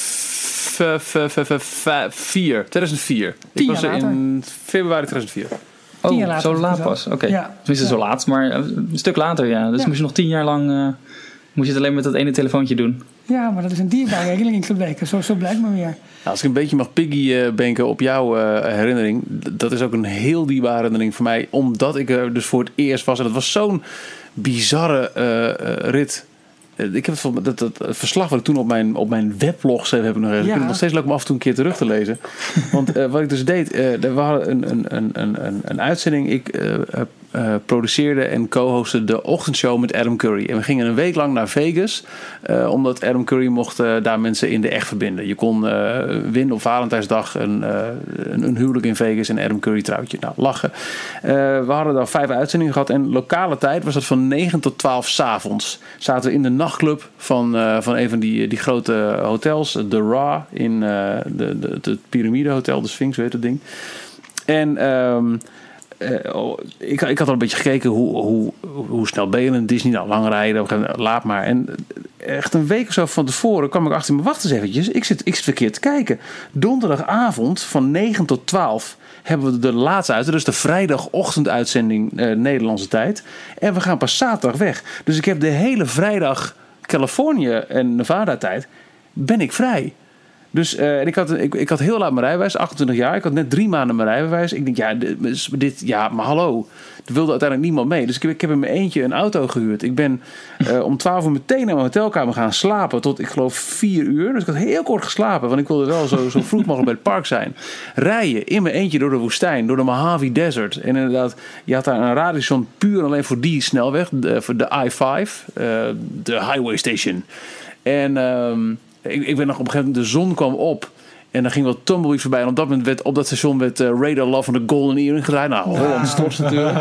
vier. tweeduizend vier. Ik Tien was jaar er later. in februari tweeduizend vier. Tien Oh, jaar later zo was laat het pas. zo. Oké. Ja. Tenminste, Ja. zo laat, maar een stuk later, ja. Dus Ja. moest je nog tien jaar lang uh, moest je het alleen met dat ene telefoontje doen. Ja, maar dat is een dierbare herinnering gebleken. Zo, zo blijkt me weer. Nou, als ik een beetje mag piggybanken op jouw uh, herinnering. d- Dat is ook een heel dierbare herinnering voor mij. Omdat ik er dus voor het eerst was. En dat was zo'n bizarre uh, uh, rit. Uh, ik heb het, van- dat, dat, het verslag wat ik toen op mijn, op mijn weblog schreef, heb ik nog eens. Ja. Ik vind het nog steeds leuk om af en toe een keer terug te lezen. Want uh, wat ik dus deed, uh, we hadden een, een, een, een, een uitzending. Ik uh, uh, produceerde en co-hostte de ochtendshow met Adam Curry. En we gingen een week lang naar Vegas. Uh, omdat Adam Curry mocht uh, daar mensen in de echt verbinden. Je kon uh, winnen op Valentijnsdag een, uh, een, een huwelijk in Vegas en Adam Curry trouwtje. Nou, lachen. Uh, we hadden daar vijf uitzendingen gehad. En lokale tijd was dat van negen tot twaalf 's avonds. Zaten we in de nachtclub van, uh, van een van die, die grote hotels. De Ra in uh, de, de, de Pyramide Hotel. De Sphinx, weet het ding. En um, uh, oh, ik, ik had al een beetje gekeken hoe, hoe, hoe snel ben je in Disney. Nou, lang rijden, op een gegeven moment, laat maar. En echt een week of zo van tevoren kwam ik achter me. Wacht eens eventjes, ik zit, ik zit verkeerd te kijken. Donderdagavond van negen tot twaalf hebben we de laatste uit. Dus de vrijdagochtenduitzending uh, Nederlandse tijd. En we gaan pas zaterdag weg. Dus ik heb de hele vrijdag Californië en Nevada tijd ben ik vrij. Dus uh, en ik, had, ik, ik had heel laat mijn rijbewijs, achtentwintig jaar. Ik had net drie maanden mijn rijbewijs. Ik denk, ja, dit, dit, ja maar hallo. Er wilde uiteindelijk niemand mee. Dus ik heb, ik heb in mijn eentje een auto gehuurd. Ik ben uh, om twaalf uur meteen naar mijn hotelkamer gaan slapen. Tot, ik geloof, vier uur. Dus ik had heel kort geslapen. Want ik wilde wel zo, zo vroeg mogelijk bij het park zijn. Rijden in mijn eentje door de woestijn. Door de Mojave Desert. En inderdaad, je had daar een radiostation puur alleen voor die snelweg. De, voor de I vijf. Uh, de Highway Station. En Um, Ik, ik ben nog op een gegeven moment, de zon kwam op. En dan ging wel Tumbleweed voorbij. En op dat moment werd, op dat station werd uh, Radar Love van de Golden Earring gedraaid. Nou, Holland Stops natuurlijk.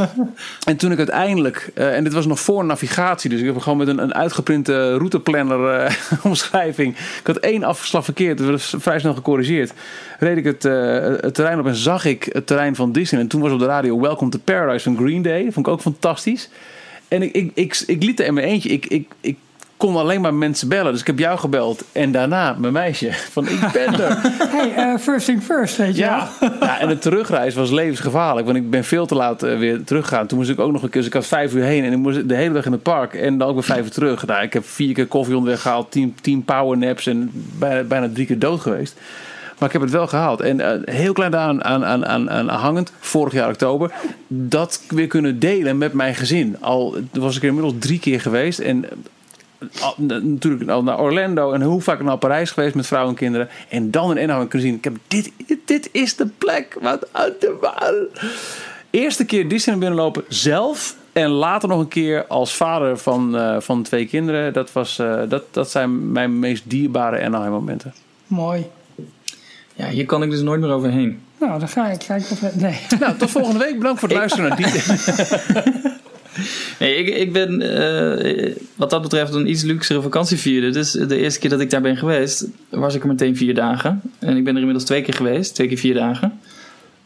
En toen ik uiteindelijk, uh, en dit was nog voor navigatie. Dus ik heb gewoon met een, een uitgeprinte routeplanner uh, omschrijving. Ik had één afslag verkeerd. Dat werd vrij snel gecorrigeerd. Reed ik het, uh, het terrein op en zag ik het terrein van Disney. En toen was op de radio Welcome to Paradise van Green Day. Dat vond ik ook fantastisch. En ik, ik, ik, ik liet er in mijn eentje. Ik, ik, ik kon alleen maar mensen bellen. Dus ik heb jou gebeld. En daarna mijn meisje. Van ik ben er. Hey, uh, first thing first, weet je Ja. wel. Ja, en de terugreis was levensgevaarlijk. Want ik ben veel te laat uh, weer teruggegaan. Toen moest ik ook nog een keer... Dus ik had vijf uur heen. En ik moest de hele dag in het park. En dan ook weer vijf uur terug. Nou, ik heb vier keer koffie onderweg gehaald. Tien, tien powernaps. En bijna, bijna drie keer dood geweest. Maar ik heb het wel gehaald. En uh, heel klein aan, aan, aan, aan, aan hangend. Vorig jaar oktober. Dat weer kunnen delen met mijn gezin. Al was ik er inmiddels drie keer geweest. En... Al, natuurlijk al naar Orlando en hoe vaak naar Parijs geweest met vrouwen en kinderen en dan in Anaheim kunnen zien, ik heb dit, dit is de plek wat uit de waar. Eerste keer Disney binnenlopen zelf en later nog een keer als vader van, uh, van twee kinderen. Dat, was, uh, dat, dat zijn mijn meest dierbare Anaheim momenten. Mooi. Ja, hier kan ik dus nooit meer overheen. Nou, dan ga ik. Ga ik of, nee. Nou, tot volgende week. Bedankt voor het luisteren naar die. Nee, ik, ik ben uh, wat dat betreft een iets luxere vakantievierder. Dus de eerste keer dat ik daar ben geweest, was ik er meteen vier dagen. En ik ben er inmiddels twee keer geweest, twee keer vier dagen.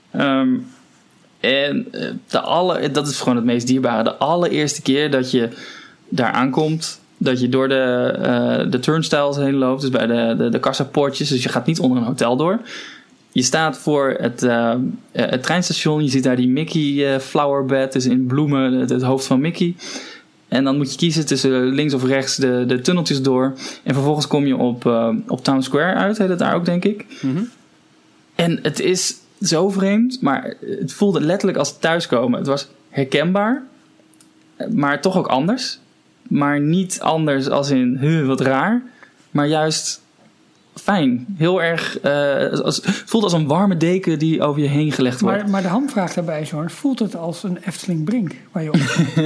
Um, en de alle, dat is gewoon het meest dierbare. De allereerste keer dat je daar aankomt, dat je door de, uh, de turnstiles heen loopt, dus bij de, de, de kassapoortjes, dus je gaat niet onder een hotel door. Je staat voor het, uh, het treinstation, je ziet daar die Mickey uh, flowerbed, dus in bloemen het, het hoofd van Mickey. En dan moet je kiezen tussen links of rechts de, de tunneltjes door. En vervolgens kom je op, uh, op Town Square uit, heet het daar ook, denk ik. Mm-hmm. En het is zo vreemd, maar het voelde letterlijk als thuiskomen. Het was herkenbaar, maar toch ook anders. Maar niet anders als in, huh, wat raar. Maar juist fijn. Heel erg, uh, als, het voelt als een warme deken die over je heen gelegd wordt. Maar, maar de hamvraag daarbij, Jorn, voelt het als een Efteling Brink waar je op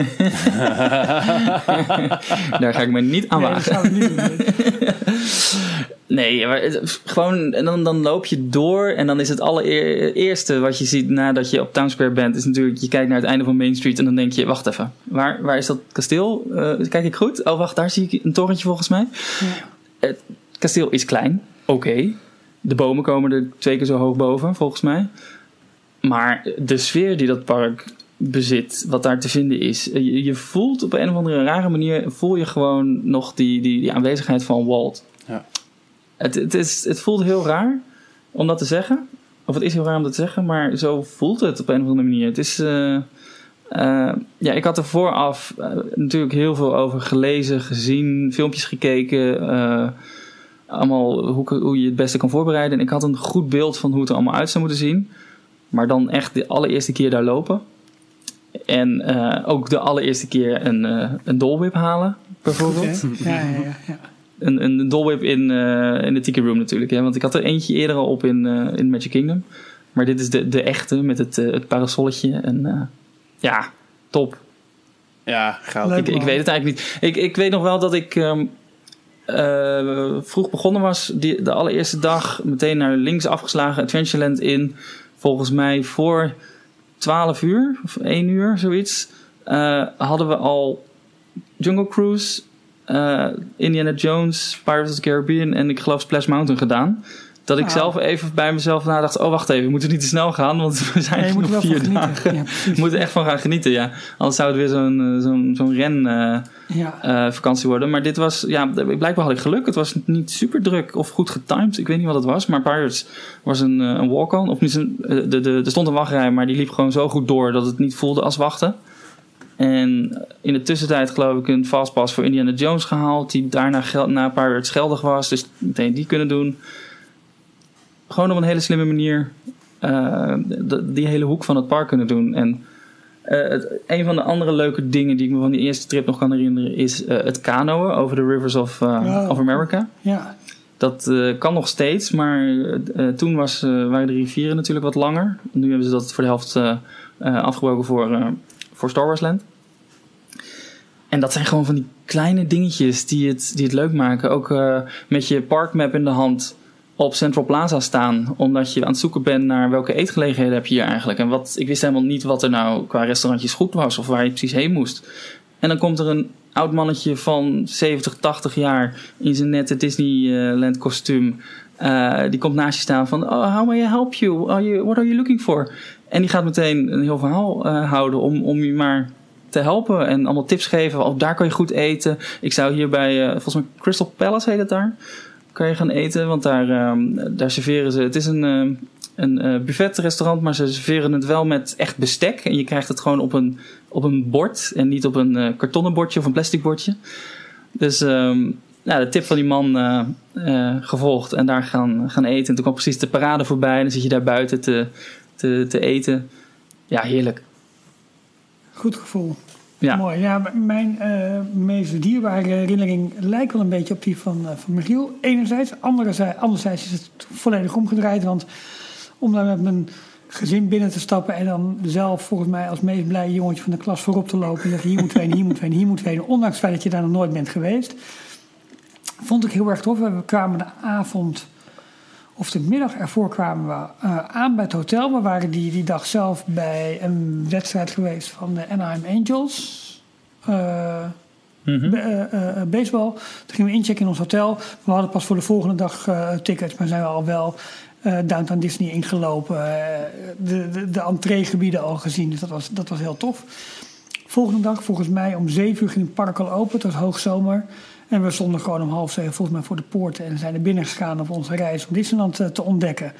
Daar ga ik me niet aan nee, wagen. Dat gaan we niet doen. Nee, maar het, gewoon, en dan, dan loop je door en dan is het allereerste wat je ziet nadat je op Town Square bent, is natuurlijk, je kijkt naar het einde van Main Street en dan denk je, wacht even, waar, waar is dat kasteel? Uh, kijk ik goed? Oh, wacht, daar zie ik een torentje volgens mij. Ja. Het kasteel is klein, oké. Okay. De bomen komen er twee keer zo hoog boven, volgens mij. Maar de sfeer die dat park bezit, wat daar te vinden is, je, je voelt op een of andere rare manier, voel je gewoon nog die, die, die aanwezigheid van Walt. Ja. Het, het, is, het voelt heel raar om dat te zeggen. Of het is heel raar om dat te zeggen, maar zo voelt het op een of andere manier. Het is, uh, uh, ja, ik had er vooraf uh, natuurlijk heel veel over gelezen, gezien, filmpjes gekeken. Uh, allemaal hoe, hoe je het beste kan voorbereiden. En ik had een goed beeld van hoe het er allemaal uit zou moeten zien. Maar dan echt de allereerste keer daar lopen. En uh, ook de allereerste keer een, uh, een Dole Whip halen, bijvoorbeeld. Okay. Ja, ja, ja, ja. Een, een Dole Whip in, uh, in de Tiki Room natuurlijk. Hè? Want ik had er eentje eerder al op in, uh, in Magic Kingdom. Maar dit is de, de echte met het, uh, het parasolletje. En uh, ja, top. Ja, goud. Ik, ik weet het eigenlijk niet. Ik, ik weet nog wel dat ik um, uh, vroeg begonnen was. Die, de allereerste dag meteen naar links afgeslagen Adventureland in. Volgens mij voor twaalf uur of één uur, zoiets. Uh, hadden we al Jungle Cruise, Uh, Indiana Jones, Pirates of the Caribbean en ik geloof Splash Mountain gedaan. Dat ik ah. zelf even bij mezelf nadacht, oh wacht even, we moeten niet te snel gaan, want we zijn nee, nog vier dagen. Ja, we moeten echt van gaan genieten, ja. Anders zou het weer zo'n, zo'n, zo'n ren uh, ja. uh, vakantie worden. Maar dit was, ja, blijkbaar had ik geluk. Het was niet super druk of goed getimed. Ik weet niet wat het was, maar Pirates was een, uh, een walk-on. Of niet een, uh, de, de, er stond een wachtrij, maar die liep gewoon zo goed door dat het niet voelde als wachten. En in de tussentijd geloof ik een fastpass voor Indiana Jones gehaald. Die daarna gel- na Pirates geldig was. Dus meteen die kunnen doen. Gewoon op een hele slimme manier uh, de, die hele hoek van het park kunnen doen. En uh, het, een van de andere leuke dingen die ik me van die eerste trip nog kan herinneren is uh, het kanoën over de Rivers of, uh, wow. of America. Ja. Dat uh, kan nog steeds, maar uh, toen was, uh, waren de rivieren natuurlijk wat langer. Nu hebben ze dat voor de helft uh, uh, afgebroken voor, uh, voor Star Wars Land. En dat zijn gewoon van die kleine dingetjes die het, die het leuk maken. Ook uh, met je parkmap in de hand op Central Plaza staan. Omdat je aan het zoeken bent naar welke eetgelegenheden heb je hier eigenlijk. En wat, ik wist helemaal niet wat er nou qua restaurantjes goed was. Of waar je precies heen moest. En dan komt er een oud mannetje van zeventig, tachtig jaar in zijn nette Disneyland kostuum. Uh, die komt naast je staan van, oh, how may I help you? Are you? What are you looking for? En die gaat meteen een heel verhaal uh, houden om, om je maar te helpen en allemaal tips geven. Oh, daar kan je goed eten. Ik zou hier bij, uh, volgens mij Crystal Palace heet het daar, kan je gaan eten, want daar, um, daar serveren ze, het is een, um, een uh, buffetrestaurant, maar ze serveren het wel met echt bestek en je krijgt het gewoon op een, op een bord en niet op een uh, kartonnen bordje of een plastic bordje. Dus um, nou, de tip van die man uh, uh, gevolgd en daar gaan, gaan eten. En toen kwam precies de parade voorbij en dan zit je daar buiten te, te, te eten. Ja, heerlijk. Goed gevoel. Ja. Mooi. Ja, mijn uh, meest dierbare herinnering lijkt wel een beetje op die van, uh, van Michiel. Enerzijds. Anderzijds, anderzijds is het volledig omgedraaid. Want om daar met mijn gezin binnen te stappen en dan zelf volgens mij als meest blije jongetje van de klas voorop te lopen. En zeggen, hier moeten we heen, hier moeten we heen, hier moeten we heen. Ondanks het feit dat je daar nog nooit bent geweest. Vond ik heel erg tof. We kwamen de avond of de middag ervoor kwamen we uh, aan bij het hotel. We waren die, die dag zelf bij een wedstrijd geweest van de Anaheim Angels. Uh, mm-hmm. be, uh, uh, baseball. Toen gingen we inchecken in ons hotel. We hadden pas voor de volgende dag uh, tickets, maar zijn we al wel uh, Downtown Disney ingelopen. Uh, de, de, de entreegebieden al gezien. Dus dat was, dat was heel tof. Volgende dag, volgens mij om zeven uur ging het park al open. Het was hoogzomer. En we stonden gewoon om half zeven volgens mij voor de poorten. En zijn er binnen gegaan op onze reis om Disneyland uh, te ontdekken.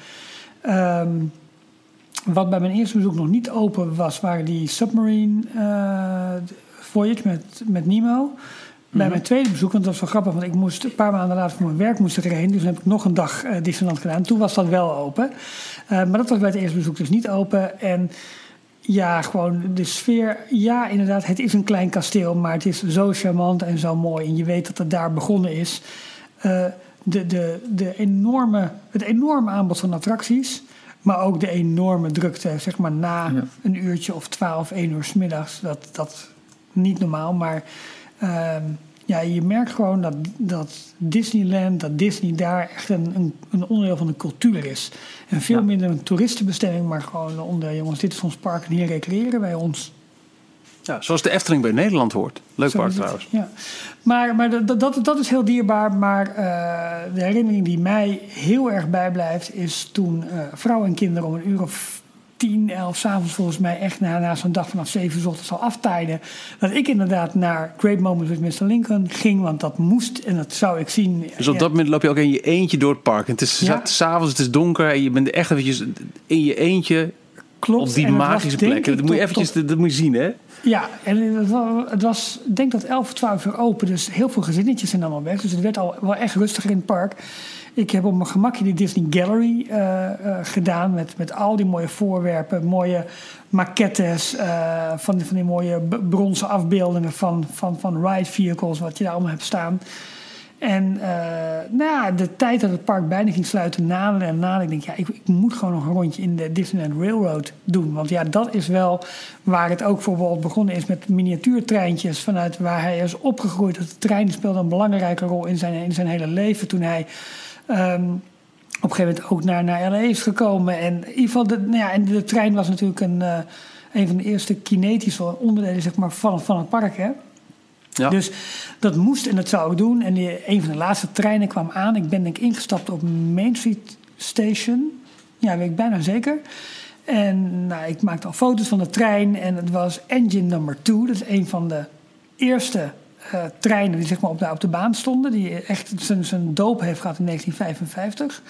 Um, wat bij mijn eerste bezoek nog niet open was, waren die Submarine uh, Voyage met, met Nemo. Mm-hmm. Bij mijn tweede bezoek, want dat was wel grappig, want ik moest een paar maanden later voor mijn werk moest ik erheen. Dus dan heb ik nog een dag uh, Disneyland gedaan. Toen was dat wel open. Uh, maar dat was bij het eerste bezoek dus niet open. En ja, gewoon de sfeer. Ja, inderdaad, het is een klein kasteel, maar het is zo charmant en zo mooi. En je weet dat het daar begonnen is. Uh, de, de, de enorme, het enorme aanbod van attracties. Maar ook de enorme drukte, zeg maar na ja. een uurtje of twaalf, één uur 's middags. Dat, dat niet normaal, maar uh, ja, je merkt gewoon dat, dat Disneyland, dat Disney daar echt een, een, een onderdeel van de cultuur is. En veel ja. minder een toeristenbestemming, maar gewoon onder, jongens, dit is ons park en hier recreëren wij ons. Ja, zoals de Efteling bij Nederland hoort. Leuk Zo park trouwens. Ja. Maar, maar dat, dat, dat is heel dierbaar. Maar uh, de herinnering die mij heel erg bijblijft is toen uh, vrouwen en kinderen om een uur of tien, elf 's avonds volgens mij echt na, na zo'n dag vanaf zeven uur 's ochtends al aftijden. Dat ik inderdaad naar Great Moments with mister Lincoln ging, want dat moest en dat zou ik zien. Dus op ja. dat moment loop je ook in je eentje door het park. En het is ja. 's avonds, het is donker en je bent echt eventjes in je eentje. Klopt. Op die magische plek. Dat moet je eventjes, dat moet je zien, hè? Ja, en het was, het was, ik denk dat elf of twaalf uur open, dus heel veel gezinnetjes zijn allemaal weg. Dus het werd al wel echt rustiger in het park. Ik heb op mijn gemakje die Disney Gallery uh, uh, gedaan met, met al die mooie voorwerpen, mooie maquettes, uh, van, die, van die mooie bronzen afbeeldingen van, van, van ride vehicles, wat je daar allemaal hebt staan. En uh, nou ja, de tijd dat het park bijna ging sluiten, naderde en naderde. Ik denk, ja, ik, ik moet gewoon nog een rondje in de Disneyland Railroad doen. Want ja, dat is wel waar het ook voor Walt begonnen is met miniatuurtreintjes. Vanuit waar hij is opgegroeid. Dat de trein speelde een belangrijke rol in zijn, in zijn hele leven. Toen hij um, op een gegeven moment ook naar, naar L A is gekomen. En in ieder geval, de, nou ja, en de trein was natuurlijk een, uh, een van de eerste kinetische onderdelen, zeg maar, van, van het park, hè. Ja. Dus dat moest en dat zou ik doen. En die, een van de laatste treinen kwam aan. Ik ben denk ik ingestapt op Main Street Station. Ja, weet ik bijna zeker. En nou, ik maakte al foto's van de trein. En het was engine number two. Dat is een van de eerste uh, treinen die zeg maar, op, de, op de baan stonden. Die echt zijn, zijn doop heeft gehad in negentien vijfenvijftig.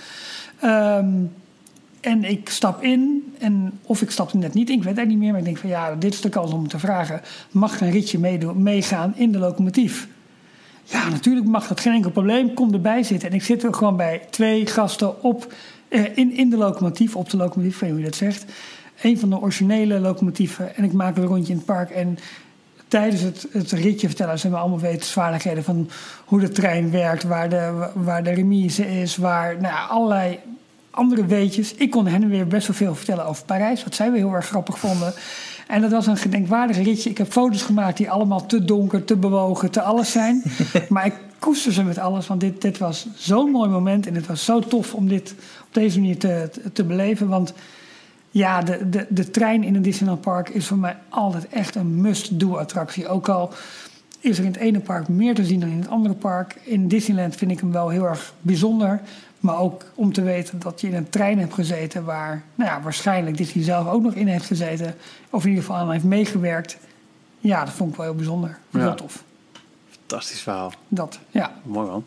Um, En ik stap in, en, of ik stap er net niet in, ik weet het niet meer. Maar ik denk van ja, dit is de kans om te vragen. Mag ik een ritje meedoen, meegaan in de locomotief? Ja, natuurlijk mag dat, geen enkel probleem. Kom erbij zitten. En ik zit er gewoon bij twee gasten op, eh, in, in de locomotief, op de locomotief, ik weet niet hoe je dat zegt. Een van de originele locomotieven. En ik maak een rondje in het park. En tijdens het, het ritje vertellen ze me allemaal wetenswaardigheden van hoe de trein werkt, waar de, waar de remise is, waar nou ja, allerlei andere weetjes. Ik kon hen weer best wel veel vertellen over Parijs, wat zij weer heel erg grappig vonden. En dat was een gedenkwaardig ritje. Ik heb foto's gemaakt die allemaal te donker, te bewogen, te alles zijn. Maar ik koester ze met alles, want dit, dit was zo'n mooi moment. En het was zo tof om dit op deze manier te, te, te beleven. Want ja, de, de, de trein in het Disneyland Park is voor mij altijd echt een must-do-attractie. Ook al is er in het ene park meer te zien dan in het andere park. In Disneyland vind ik hem wel heel erg bijzonder. Maar ook om te weten dat je in een trein hebt gezeten waar nou ja, waarschijnlijk Disney zelf ook nog in heeft gezeten. Of in ieder geval aan heeft meegewerkt. Ja, dat vond ik wel heel bijzonder. Heel ja. tof. Fantastisch verhaal. Dat, ja. Mooi man.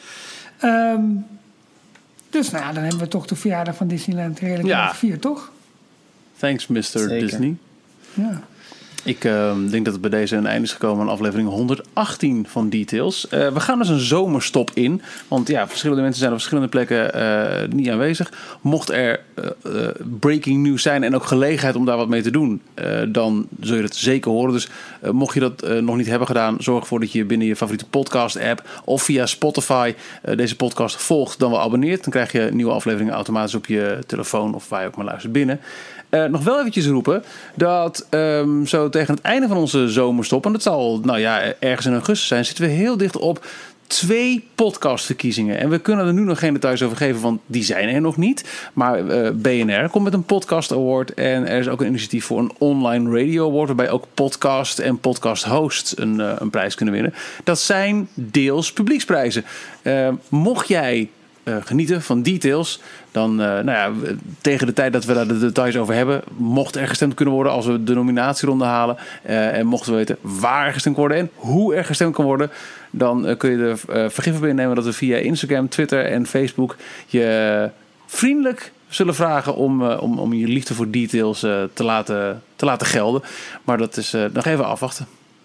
Um, dus nou ja, dan hebben we toch de verjaardag van Disneyland redelijk ja. gevierd, toch? Thanks, mister Zeker. Disney. Ja. Ik uh, denk dat het bij deze een einde is gekomen aan aflevering honderdachttien van Details. Uh, we gaan dus een zomerstop in. Want ja, verschillende mensen zijn op verschillende plekken uh, niet aanwezig. Mocht er uh, uh, breaking news zijn en ook gelegenheid om daar wat mee te doen, uh, dan zul je dat zeker horen. Dus uh, mocht je dat uh, nog niet hebben gedaan, zorg ervoor dat je binnen je favoriete podcast app of via Spotify uh, deze podcast volgt, dan wel abonneert. Dan krijg je nieuwe afleveringen automatisch op je telefoon of waar je ook maar luistert binnen. Uh, nog wel eventjes roepen dat um, zo tegen het einde van onze zomerstop, en dat zal nou ja, ergens in augustus zijn, zitten we heel dicht op twee podcastverkiezingen. En we kunnen er nu nog geen details over geven, want die zijn er nog niet. Maar uh, B N R komt met een podcast award en er is ook een initiatief voor een online radio award, waarbij ook podcast en podcast hosts een, uh, een prijs kunnen winnen. Dat zijn deels publieksprijzen. Uh, mocht jij uh, genieten van Details, dan uh, nou ja, tegen de tijd dat we daar de details over hebben, mocht er gestemd kunnen worden als we de nominatieronde halen uh, en mochten we weten waar er gestemd kan worden en hoe er gestemd kan worden, dan uh, kun je er uh, vergif op innemen dat we via Instagram, Twitter en Facebook je uh, vriendelijk zullen vragen om, uh, om, om je liefde voor Details uh, te, laten, te laten gelden. Maar dat is uh, nog even afwachten.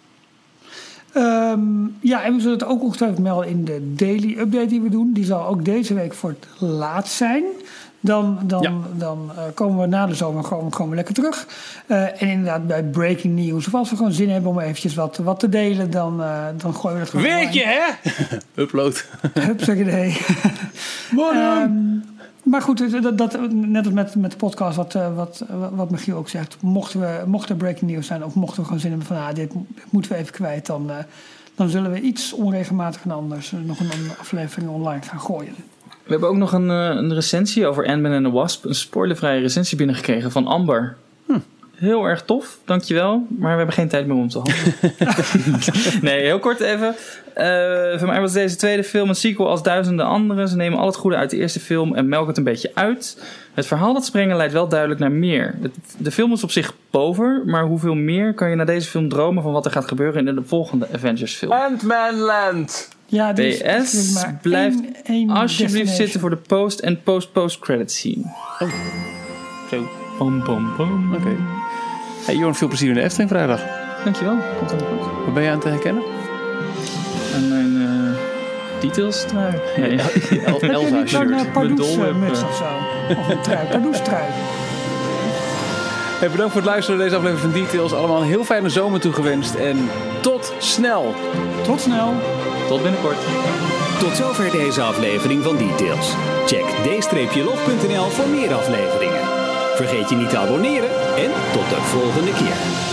Um, ja, en we zullen het ook ongetwijfeld melden in de daily update die we doen. Die zal ook deze week voor het laatst zijn. Dan, dan, ja. dan uh, komen we na de zomer gewoon, gewoon weer lekker terug. Uh, en inderdaad bij breaking news, of als we gewoon zin hebben om eventjes wat, wat te delen, dan, uh, dan gooien we dat gewoon Weertje, hè? Upload. Hupsakadee. um, Maar goed, dat, dat, net als met, met de podcast, wat, wat, wat Michiel ook zegt. Mochten, we, mocht er breaking news zijn, of mochten we gewoon zin hebben van ah, dit, dit moeten we even kwijt, dan, uh, dan zullen we iets onregelmatig en anders nog een, een aflevering online gaan gooien. We hebben ook nog een, een recensie over Ant-Man and the Wasp. Een spoilervrije recensie binnengekregen van Amber. Hm. Heel erg tof, dankjewel. Maar we hebben geen tijd meer om te handelen. Nee, heel kort even. Uh, voor mij was deze tweede film een sequel als duizenden andere. Ze nemen al het goede uit de eerste film en melken het een beetje uit. Het verhaal dat ze brengen leidt wel duidelijk naar meer. Het, de film is op zich bover, maar hoeveel meer kan je na deze film dromen van wat er gaat gebeuren in de volgende Avengers film? Ant-Man Land! Ja, dus, P S, blijft één, één alsjeblieft zitten voor de post- en post-post-credit scene. Oh. Zo. Bam, bam, bam. Oké. Okay. Hey Jorn, veel plezier in de Efteling vrijdag. Dankjewel, komt helemaal goed. Wat ben je aan het herkennen? Aan mijn uh, details trui. Nee, El- Elsa shirt. Een Pardoes muts of zo. Of een trui, Pardoes trui. Hey, bedankt voor het luisteren naar deze aflevering van Details. Allemaal een heel fijne zomer toegewenst. En tot snel. Tot snel. Tot binnenkort. Tot zover deze aflevering van Details. Check d log punt n l voor meer afleveringen. Vergeet je niet te abonneren en tot de volgende keer.